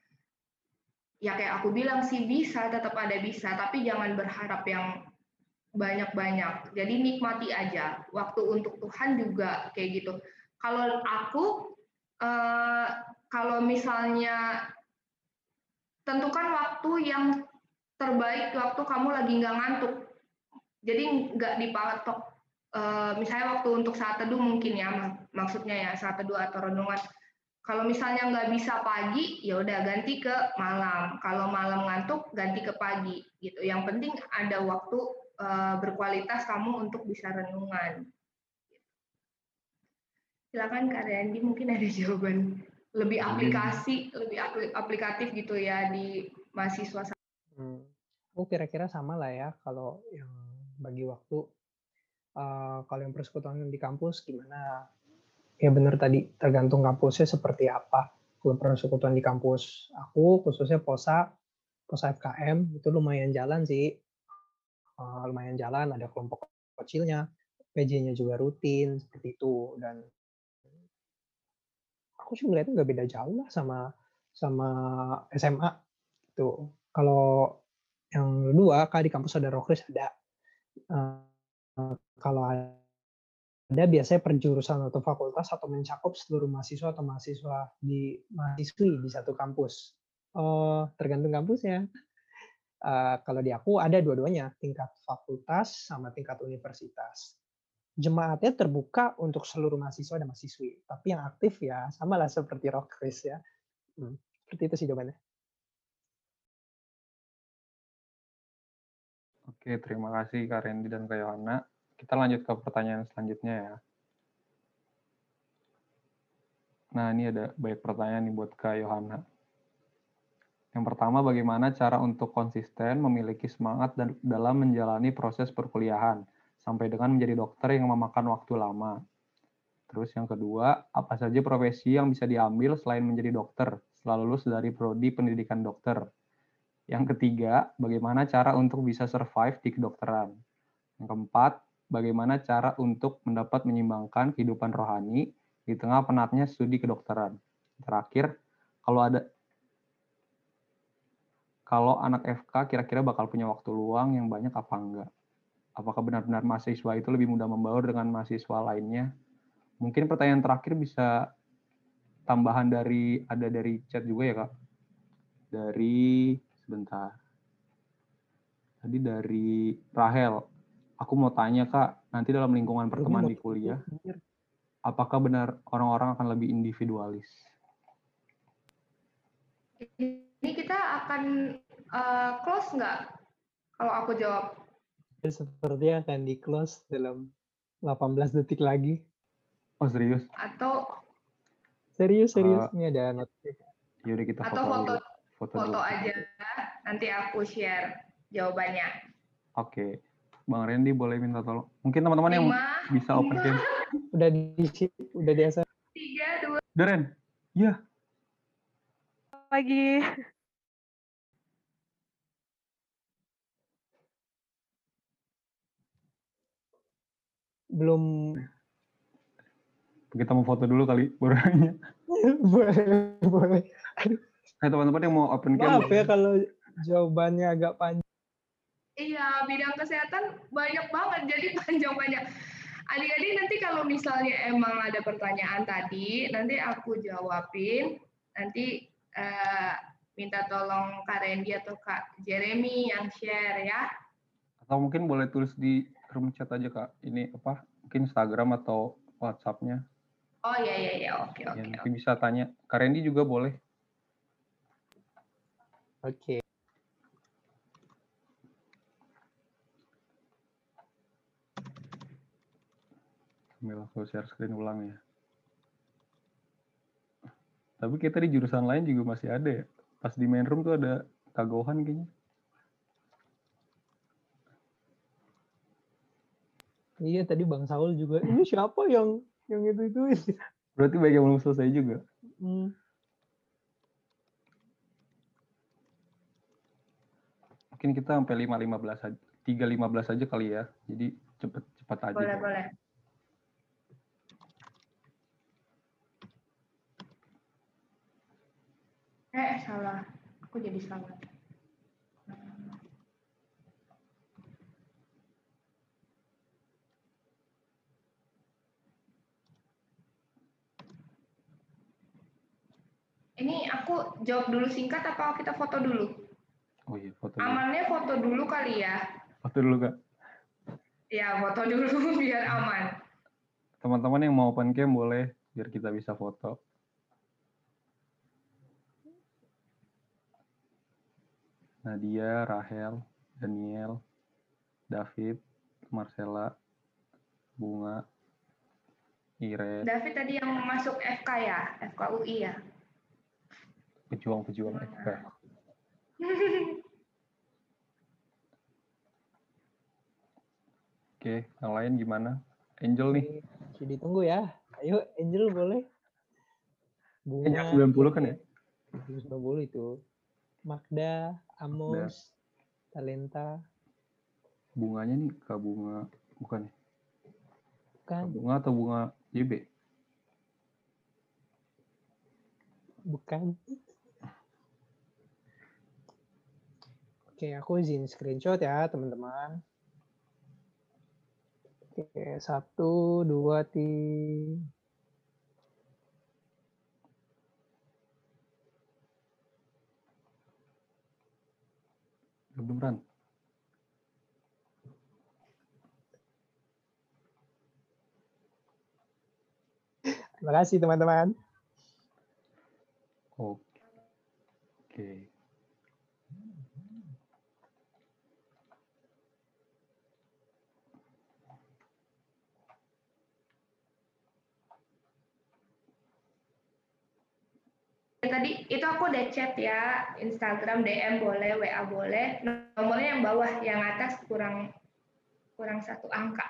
ya kayak aku bilang sih bisa tetap ada bisa tapi jangan berharap yang banyak-banyak. Jadi nikmati aja waktu untuk Tuhan juga kayak gitu. Kalau aku eh, kalau misalnya tentukan waktu yang terbaik waktu kamu lagi nggak ngantuk. Jadi nggak dipatok. Uh, misalnya waktu untuk saat teduh mungkin ya, maksudnya ya saat teduh atau renungan. Kalau misalnya nggak bisa pagi, ya udah ganti ke malam. Kalau malam ngantuk, ganti ke pagi. Gitu. Yang penting ada waktu uh, berkualitas kamu untuk bisa renungan. Silakan Kak Randy, mungkin ada jawaban lebih aplikasi, lebih aplikatif gitu ya di mahasiswa. Hmm. Oh, kira-kira sama lah ya kalau yang bagi waktu. Uh, kalau yang persekutuan di kampus gimana? Ya benar tadi, tergantung kampusnya seperti apa. Kalau persekutuan di kampus aku, khususnya POSA, POSA F K M, itu lumayan jalan sih. Uh, lumayan jalan, ada kelompok kecilnya, P J-nya juga rutin, seperti itu. Dan aku sih ngeliatnya nggak beda jauh lah sama sama S M A tuh. Kalau yang kedua, Kak, di kampus ada Rokris ada. Uh, kalau ada biasanya per jurusan atau fakultas atau mencakup seluruh mahasiswa atau mahasiswa di mahasiswi di satu kampus. Uh, tergantung kampusnya. Uh, kalau di aku ada dua-duanya, tingkat fakultas sama tingkat universitas. Jemaatnya terbuka untuk seluruh mahasiswa dan mahasiswi, tapi yang aktif ya sama lah seperti Rokris ya. Hmm, seperti itu sih jawabannya. Oke, terima kasih Kak Randy dan Kak Yohana. Kita lanjut ke pertanyaan selanjutnya ya. Nah, ini ada banyak pertanyaan nih buat Kak Yohana. Yang pertama, bagaimana cara untuk konsisten memiliki semangat dan dalam menjalani proses perkuliahan sampai dengan menjadi dokter yang memakan waktu lama. Terus yang kedua, apa saja profesi yang bisa diambil selain menjadi dokter setelah lulus dari prodi pendidikan dokter. Yang ketiga, bagaimana cara untuk bisa survive di kedokteran. Yang keempat, bagaimana cara untuk mendapat menyimbangkan kehidupan rohani di tengah penatnya studi kedokteran. Terakhir, kalau ada kalau anak F K kira-kira bakal punya waktu luang yang banyak apa enggak? Apakah benar-benar mahasiswa itu lebih mudah membaur dengan mahasiswa lainnya? Mungkin pertanyaan terakhir bisa tambahan dari ada dari chat juga ya Kak. Dari sebentar. Tadi dari Rahel. Aku mau tanya Kak, nanti dalam lingkungan pertemanan di kuliah, apakah benar orang-orang akan lebih individualis? Ini kita akan uh, close nggak? Kalau aku jawab. Sepertinya akan di close dalam delapan belas detik lagi. Oh serius? Atau serius serius uh, ini ada notifikasi. Yaudah kita foto, atau foto dulu. foto, foto dulu. aja. Nanti aku share jawabannya. Oke, Bang Randy boleh minta tolong. Mungkin teman-teman yang bisa open cam. Udah di udah di asal. Tiga dua. Deren, iya. Lagi. Belum. Kita mau foto dulu kali, baru nanya. boleh, boleh. Hai teman-teman yang mau open cam. Maaf ya kalau jawabannya agak panjang. Iya, bidang kesehatan banyak banget, jadi panjang-panjang. Adik-adik nanti kalau misalnya emang ada pertanyaan tadi, nanti aku jawabin. Nanti uh, minta tolong Kak Randy atau Kak Jeremy yang share ya. Atau mungkin boleh tulis di room chat aja Kak. Ini apa? Mungkin Instagram atau WhatsApp-nya. Oh iya iya iya, oke oke. Ya, nanti bisa tanya. Kak Randy juga boleh. Oke. Okay. Sambil aku share screen ulang ya. Tapi kita di jurusan lain juga masih ada ya. Pas di main room tuh ada Kak Gohan kayaknya. Iya tadi Bang Saul juga. Ini siapa yang yang itu itu? Berarti banyak yang belum selesai juga. Hmm. Mungkin kita sampai lima lima belas aja, tiga lima belas aja kali ya. Jadi cepet cepat aja. Boleh boleh. Eh salah, aku jadi salah. Ini aku jawab dulu singkat apa kita foto dulu? Oh iya, foto dulu. Amannya foto dulu kali ya? Foto dulu Kak. Ya, foto dulu biar aman. Teman-teman yang mau open cam boleh, biar kita bisa foto. Nadia, Rahel, Daniel, David, Marcella, Bunga, Ire. David tadi yang masuk F K ya? F K U I ya? Pejuang-pejuang F K. Oke, yang lain gimana? Angel nih. Oke, ditunggu ya. Ayo Angel boleh. Bunga. Eh, sembilan puluh kan ya? sembilan puluh itu. Magda, Amos, Magda. Talenta. Bunganya nih Kak Bunga, bukan ya? Bukan. Kak Bunga atau Bunga J B? Bukan. Oke, aku izin screenshot ya, teman-teman. Oke, satu, dua, tiga. Belum, Ran. Terima kasih, teman-teman. Oke. Oke. Tadi itu aku udah chat ya, Instagram D M boleh, W A boleh. Nomornya yang bawah, yang atas kurang kurang satu angka.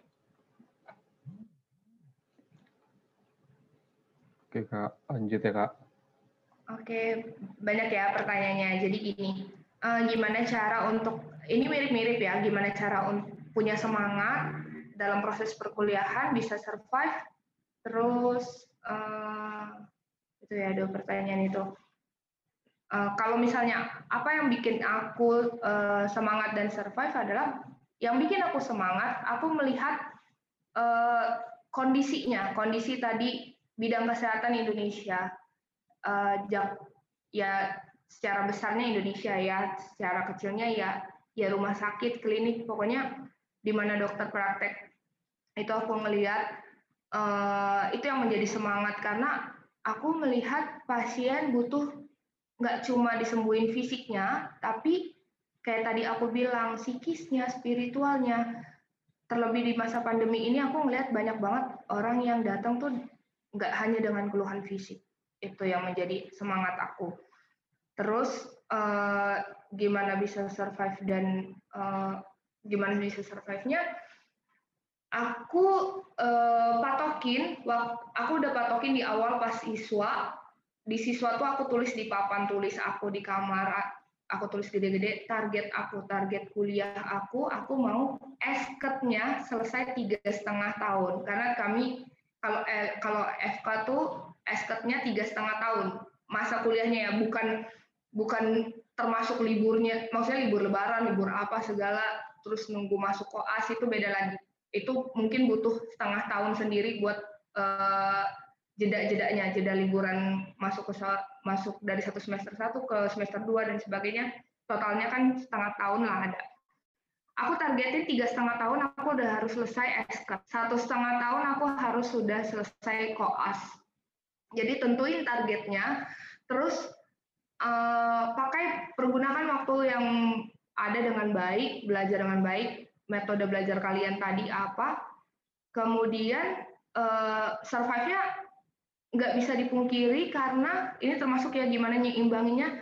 Oke Kak, lanjut ya Kak. Oke, banyak ya pertanyaannya. Jadi gini, uh, gimana cara untuk, ini mirip-mirip ya, gimana cara untuk punya semangat dalam proses perkuliahan, bisa survive, terus uh, itu ya dua pertanyaan itu. Uh, kalau misalnya apa yang bikin aku uh, semangat dan survive adalah, yang bikin aku semangat, aku melihat uh, kondisinya, kondisi tadi bidang kesehatan Indonesia. Uh, ya secara besarnya Indonesia ya, secara kecilnya ya ya rumah sakit, klinik, pokoknya di mana dokter praktek itu aku melihat uh, itu yang menjadi semangat, karena aku melihat pasien butuh nggak cuma disembuhin fisiknya, tapi kayak tadi aku bilang psikisnya, spiritualnya. Terlebih di masa pandemi ini aku melihat banyak banget orang yang datang tuh nggak hanya dengan keluhan fisik. Itu yang menjadi semangat aku. Terus uh, gimana bisa survive dan uh, gimana bisa survive-nya? Aku uh, patokin, aku udah patokin di awal pas siswa. Di siswa tuh aku tulis di papan tulis aku di kamar, aku tulis gede-gede target aku, target kuliah aku, aku mau S K T-nya selesai tiga setengah tahun. Karena kami kalau eh, kalau F K tuh S K T-nya tiga setengah tahun masa kuliahnya ya, bukan bukan termasuk liburnya, maksudnya libur lebaran, libur apa segala, terus nunggu masuk koas itu beda lagi. Itu mungkin butuh setengah tahun sendiri buat uh, jeda-jedanya, jeda liburan masuk ke masuk dari satu semester satu ke semester dua dan sebagainya, totalnya kan setengah tahun lah ada. Aku targetin tiga setengah tahun aku udah harus selesai S K T, satu setengah tahun aku harus sudah selesai koas. Jadi tentuin targetnya, terus uh, pakai pergunakan waktu yang ada dengan baik, belajar dengan baik, metode belajar kalian tadi apa, kemudian uh, survive-nya nggak bisa dipungkiri, karena ini termasuk ya gimana nyeimbanginya,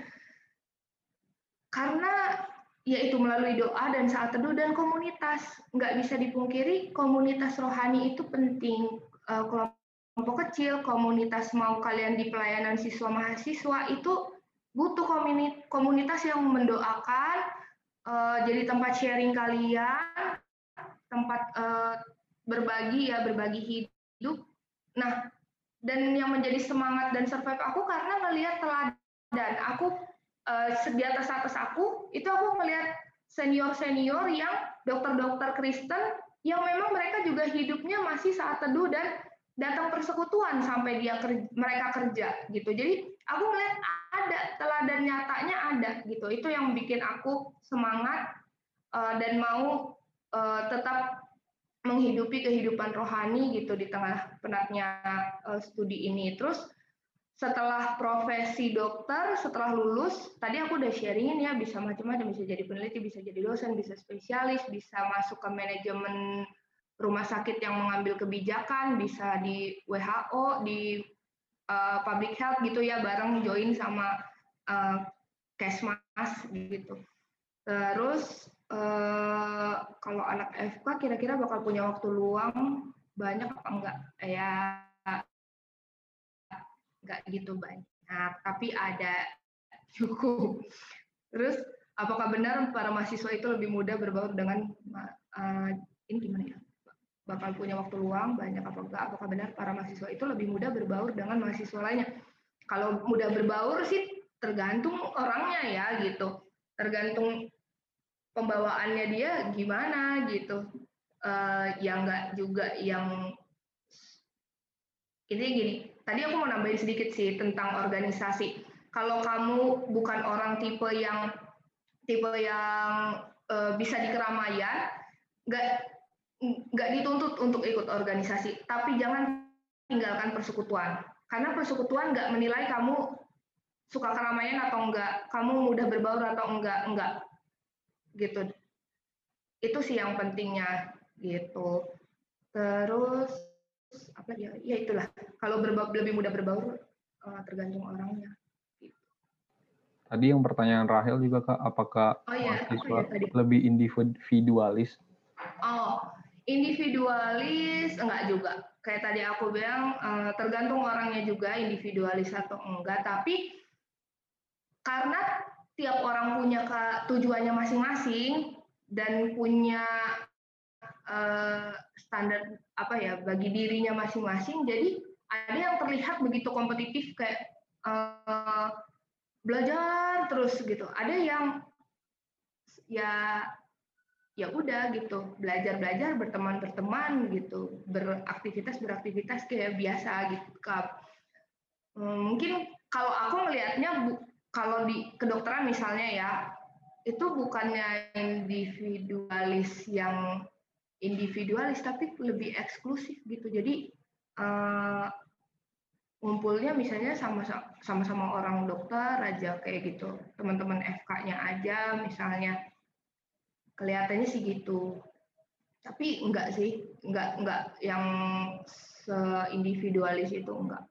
karena yaitu melalui doa dan saat teduh dan komunitas. Nggak bisa dipungkiri komunitas rohani itu penting, uh, kelompok kecil, komunitas mau kalian di pelayanan siswa mahasiswa itu butuh komunitas yang mendoakan, uh, jadi tempat sharing kalian, tempat uh, berbagi ya, berbagi hidup. Nah, dan yang menjadi semangat dan survive aku karena melihat teladan. Aku uh, di atas atas aku itu aku melihat senior senior yang dokter-dokter Kristen yang memang mereka juga hidupnya masih saat teduh dan datang persekutuan sampai dia kerja, mereka kerja gitu. Jadi aku melihat ada teladan nyatanya ada gitu. Itu yang bikin aku semangat uh, dan mau uh, tetap menghidupi kehidupan rohani gitu di tengah penatnya uh, studi ini. Terus setelah profesi dokter, setelah lulus, tadi aku udah sharingin ya, bisa macam-macam, bisa jadi peneliti, bisa jadi dosen, bisa spesialis, bisa masuk ke manajemen rumah sakit yang mengambil kebijakan, bisa di W H O, di uh, public health gitu ya, bareng join sama uh, Kesmas gitu. Terus eh, kalau anak F K kira-kira bakal punya waktu luang banyak apa enggak? Ya enggak gitu banyak, tapi ada cukup. Terus apakah benar para mahasiswa itu lebih mudah berbaur dengan uh, ini gimana ya? Bakal punya waktu luang banyak apa enggak? Apakah benar para mahasiswa itu lebih mudah berbaur dengan mahasiswa lainnya? Kalau mudah berbaur sih tergantung orangnya ya gitu. Tergantung pembawaannya dia gimana gitu. Eh, ya nggak juga yang intinya gini. Tadi aku mau nambahin sedikit sih tentang organisasi. Kalau kamu bukan orang tipe yang tipe yang eh, bisa di keramaian, nggak nggak dituntut untuk ikut organisasi, tapi jangan tinggalkan persekutuan. Karena persekutuan nggak menilai kamu suka keramaian atau enggak, kamu mudah berbaur atau enggak, enggak gitu. Itu sih yang pentingnya gitu. Terus apa ya? Ya itulah. Kalau berba- lebih mudah berbaur eh, tergantung orangnya. Gitu. Tadi yang pertanyaan Rahel juga Kak, apakah Oh iya, apa mahasiswa ya tadi? lebih individualis? Oh, individualis enggak juga. Kayak tadi aku bilang eh, tergantung orangnya juga individualis atau enggak, tapi karena tiap orang punya tujuannya masing-masing dan punya eh, standar apa ya bagi dirinya masing-masing, jadi ada yang terlihat begitu kompetitif kayak eh, belajar terus gitu. Ada yang ya ya udah gitu belajar belajar berteman berteman gitu beraktivitas beraktivitas kayak biasa gitu Kak. Mungkin kalau aku melihatnya kalau di kedokteran misalnya ya itu bukannya individualis yang individualis tapi lebih eksklusif gitu jadi uh, ngumpulnya misalnya sama sama orang dokter aja kayak gitu teman-teman F K-nya aja misalnya kelihatannya sih gitu. Tapi enggak sih, enggak enggak yang seindividualis itu enggak.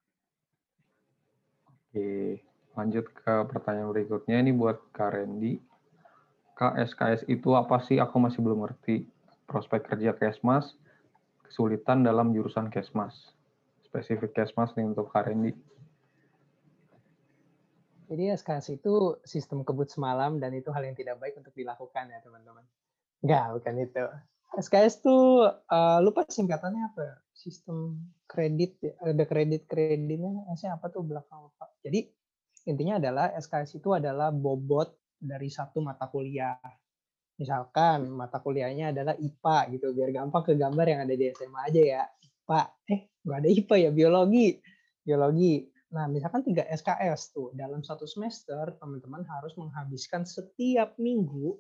Oke, lanjut ke pertanyaan berikutnya. Ini buat Kak Randy. Kak, S K S itu apa sih? Aku masih belum ngerti. Prospek kerja Kesmas, kesulitan dalam jurusan Kesmas. Spesifik Kesmas nih untuk Kak Randy. Jadi S K S itu sistem kebut semalam dan itu hal yang tidak baik untuk dilakukan ya teman-teman. Enggak, bukan itu. S K S tuh uh, lupa singkatannya apa? Sistem kredit, ada kredit-kreditnya, S-nya apa tuh belakang lupa. Jadi intinya adalah S K S itu adalah bobot dari satu mata kuliah. Misalkan mata kuliahnya adalah I P A gitu, biar gampang ke gambar yang ada di S M A aja ya. I P A, eh nggak ada I P A ya, biologi. Biologi. Nah, misalkan tiga S K S tuh, dalam satu semester teman-teman harus menghabiskan setiap minggu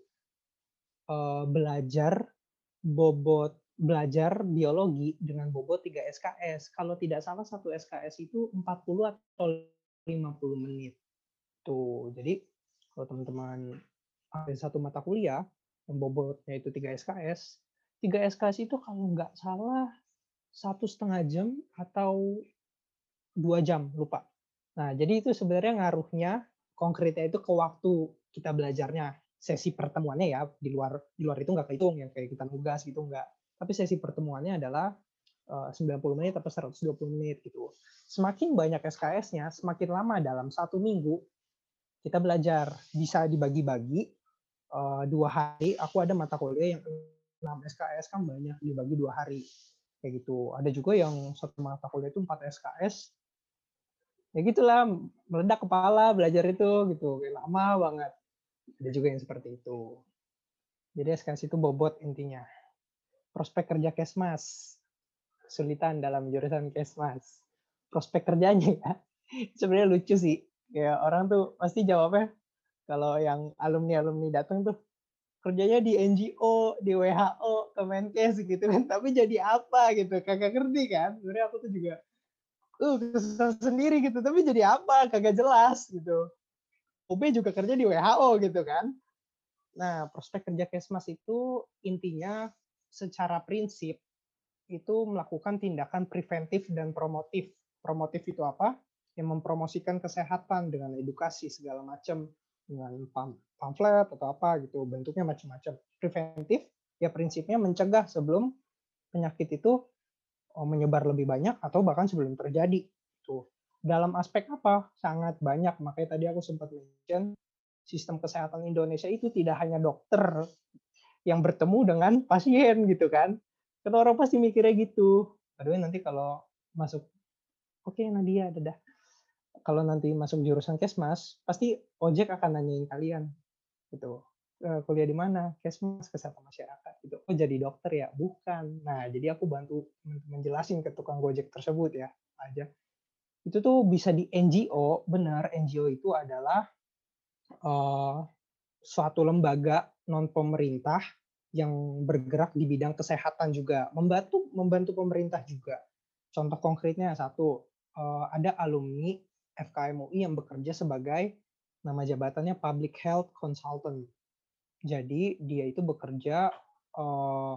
uh, belajar bobot belajar biologi dengan bobot tiga S K S. Kalau tidak salah satu S K S itu empat puluh atau lima puluh menit. Tuh, jadi kalau teman-teman ada satu mata kuliah yang bobotnya itu tiga S K S, tiga S K S itu kalau nggak salah satu setengah jam atau dua jam, lupa. Nah, jadi itu sebenarnya ngaruhnya konkretnya itu ke waktu kita belajarnya. Sesi pertemuannya ya, di luar di luar itu nggak kehitung yang kayak kita nugas gitu nggak. Tapi sesi pertemuannya adalah uh, sembilan puluh menit atau seratus dua puluh menit gitu. Semakin banyak S K S-nya, semakin lama dalam satu minggu kita belajar. Bisa dibagi-bagi uh, dua hari. Aku ada mata kuliah yang enam S K S kan banyak dibagi dua hari. Kayak gitu. Ada juga yang satu mata kuliah itu empat S K S. Ya gitulah, meledak kepala belajar itu gitu. Kayak lama banget. Ada juga yang seperti itu. Jadi S K S itu bobot intinya. Prospek kerja Kesmas. Kesulitan dalam jurusan Kesmas. Prospek kerjanya ya. Sebenarnya lucu sih. Ya orang tuh pasti jawabnya kalau yang alumni-alumni datang tuh kerjanya di N G O, di W H O, Kemenkes gitu kan. Tapi jadi apa gitu. Kagak ngerti kan. Sebenarnya aku tuh juga uh kesel sendiri gitu. Tapi jadi apa? Kagak jelas gitu. U B juga kerja di W H O gitu kan. Nah, prospek kerja Kesmas itu intinya secara prinsip itu melakukan tindakan preventif dan promotif. Promotif itu apa? Yang mempromosikan kesehatan dengan edukasi segala macam, dengan pamflet atau apa gitu, bentuknya macam-macam. Preventif ya prinsipnya mencegah sebelum penyakit itu menyebar lebih banyak atau bahkan sebelum terjadi. Tuh. Dalam aspek apa? Sangat banyak. Makanya tadi aku sempat mention sistem kesehatan Indonesia itu tidak hanya dokter yang bertemu dengan pasien gitu kan. Karena orang pasti mikirnya gitu. Aduh nanti kalau masuk, oke okay, Nadia, dadah. kalau nanti masuk jurusan Kesmas, pasti ojek akan nanyain kalian gitu. E, kuliah di mana? Kesmas, kesehatan masyarakat gitu. Oh, jadi dokter ya? Bukan. Nah, jadi aku bantu menjelasin ke tukang Gojek tersebut ya, aja. Itu tuh bisa di N G O, benar, N G O itu adalah uh, suatu lembaga non pemerintah yang bergerak di bidang kesehatan juga, membantu membantu pemerintah juga. Contoh konkretnya satu, uh, ada alumni F K M U I yang bekerja sebagai nama jabatannya Public Health Consultant. Jadi dia itu bekerja uh,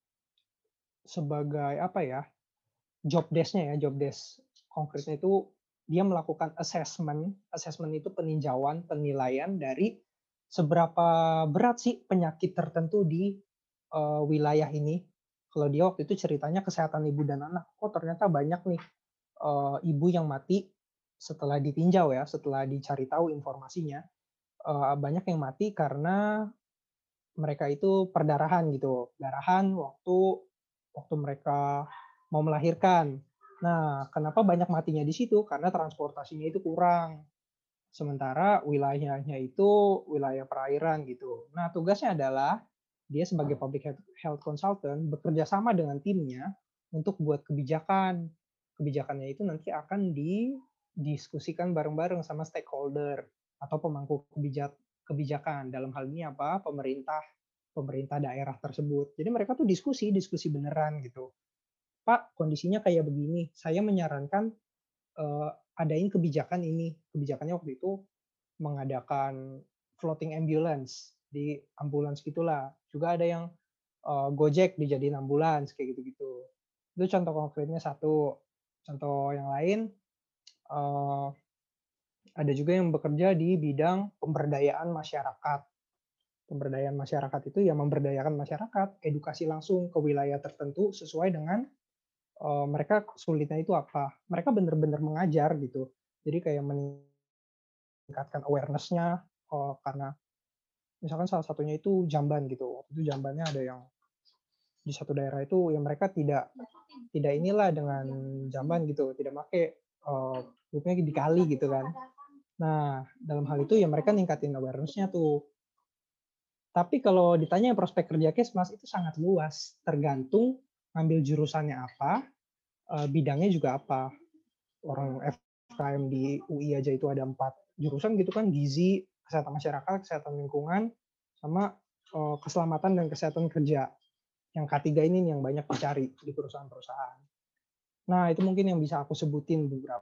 sebagai apa ya? Job desk-nya ya, job desk konkretnya itu dia melakukan assessment. Assessment itu peninjauan, penilaian dari seberapa berat sih penyakit tertentu di uh, wilayah ini. Kalau dia waktu itu ceritanya kesehatan ibu dan anak, kok ternyata banyak nih uh, ibu yang mati setelah ditinjau ya, setelah dicari tahu informasinya, uh, banyak yang mati karena mereka itu perdarahan gitu, perdarahan waktu waktu mereka mau melahirkan. Nah, kenapa banyak matinya di situ? Karena transportasinya itu kurang. Sementara wilayahnya itu wilayah perairan gitu. Nah, tugasnya adalah dia sebagai public health consultant bekerja sama dengan timnya untuk buat kebijakan. Kebijakannya itu nanti akan didiskusikan bareng-bareng sama stakeholder atau pemangku kebijak kebijakan. Dalam hal ini apa? Pemerintah, pemerintah daerah tersebut. Jadi mereka tuh diskusi, diskusi beneran gitu. Pak, kondisinya kayak begini. Saya menyarankan uh, adain kebijakan ini. Kebijakannya waktu itu mengadakan floating ambulance di ambulans gitulah. Juga ada yang uh, Gojek dijadiin ambulans kayak gitu-gitu. Itu contoh konkretnya satu. Contoh yang lain uh, ada juga yang bekerja di bidang pemberdayaan masyarakat. Pemberdayaan masyarakat itu ya memberdayakan masyarakat, edukasi langsung ke wilayah tertentu sesuai dengan uh, mereka sulitnya itu apa. Mereka benar-benar mengajar gitu. Jadi kayak meningkatkan awareness-nya uh, karena misalkan salah satunya itu jamban gitu. Waktu itu jambannya ada yang di satu daerah itu yang mereka tidak tidak inilah dengan jamban gitu, tidak pakai uh, buknya di kali gitu kan. Nah, dalam hal itu ya mereka ningkatin awareness-nya tuh. Tapi kalau ditanya prospek kerja Kesmas itu sangat luas, tergantung ngambil jurusannya apa, bidangnya juga apa. Orang F K M di U I aja itu ada empat jurusan gitu kan, gizi, kesehatan masyarakat, kesehatan lingkungan, sama keselamatan dan kesehatan kerja. Yang K tiga ini yang banyak dicari di perusahaan-perusahaan. Nah, itu mungkin yang bisa aku sebutin beberapa.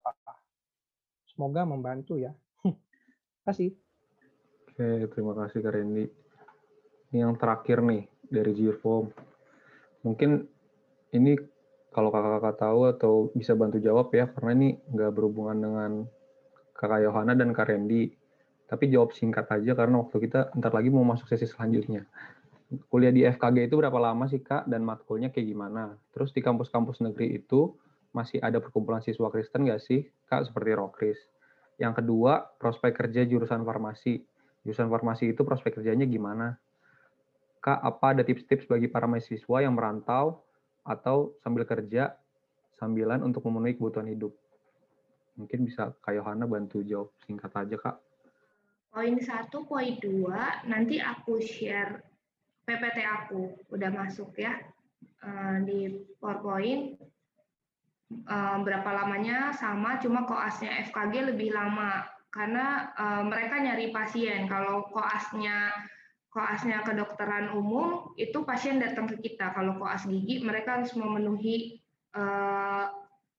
Semoga membantu ya. Terima kasih. Oke, terima kasih Kak Randy. Ini yang terakhir nih dari Geoform. Mungkin ini kalau kakak-kakak tahu atau bisa bantu jawab ya, karena ini nggak berhubungan dengan Kakak Yohana dan Kak Randy. Tapi jawab singkat aja karena waktu kita ntar lagi mau masuk sesi selanjutnya. Kuliah di F K G itu berapa lama sih Kak, dan matkulnya kayak gimana? Terus di kampus-kampus negeri itu masih ada perkumpulan siswa Kristen nggak sih Kak, seperti Rokris? Yang kedua, prospek kerja jurusan farmasi. Jurusan farmasi itu prospek kerjanya gimana? Kak, apa ada tips-tips bagi para mahasiswa yang merantau atau sambil kerja sambilan untuk memenuhi kebutuhan hidup? Mungkin bisa Kak Yohana bantu jawab singkat aja Kak. Poin satu, poin dua, nanti aku share P P T aku, udah masuk ya di PowerPoint. Berapa lamanya sama, cuma koasnya F K G lebih lama karena uh, mereka nyari pasien. Kalau koasnya koasnya kedokteran umum itu pasien datang ke kita. Kalau koas gigi mereka harus memenuhi uh,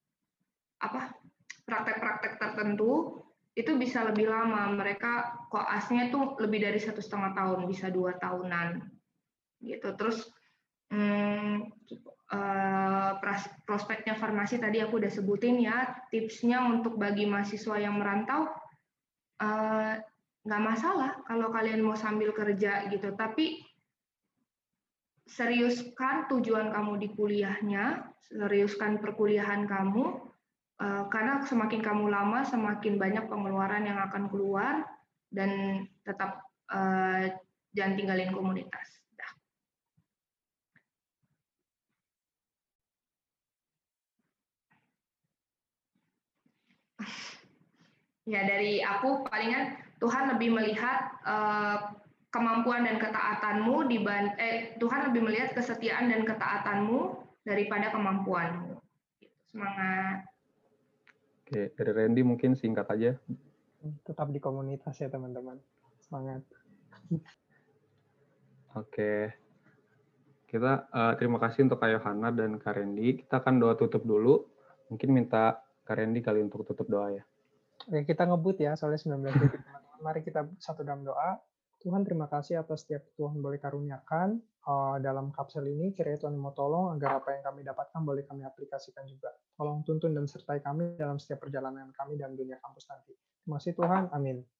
apa praktek-praktek tertentu, itu bisa lebih lama. Mereka koasnya tuh lebih dari satu setengah tahun, bisa dua tahunan gitu. Terus hmm, Uh, prospeknya farmasi tadi aku udah sebutin ya, tipsnya untuk bagi mahasiswa yang merantau uh, nggak masalah kalau kalian mau sambil kerja gitu, tapi seriuskan tujuan kamu di kuliahnya, seriuskan perkuliahan kamu, uh, karena semakin kamu lama semakin banyak pengeluaran yang akan keluar, dan tetap uh, jangan tinggalin komunitas. Ya, dari aku palingan Tuhan lebih melihat uh, kemampuan dan ketaatanmu diban eh Tuhan lebih melihat kesetiaan dan ketaatanmu daripada kemampuanmu. Semangat. Oke, dari Randy mungkin singkat aja. Tetap di komunitas ya teman-teman. Semangat. Oke. Kita uh, terima kasih untuk Kak Yohana dan Kak Randy. Kita akan doa tutup dulu. Mungkin minta Kak Randy kali untuk tutup doa ya. Oke, kita ngebut ya, soalnya sembilan belas detik teman-teman. Mari kita satu dalam doa. Tuhan, terima kasih atas setiap Tuhan boleh karuniakan uh, dalam kapsel ini. Kiranya Tuhan mau tolong agar apa yang kami dapatkan boleh kami aplikasikan juga. Tolong tuntun dan sertai kami dalam setiap perjalanan kami dalam dunia kampus nanti. Terima kasih Tuhan. Amin.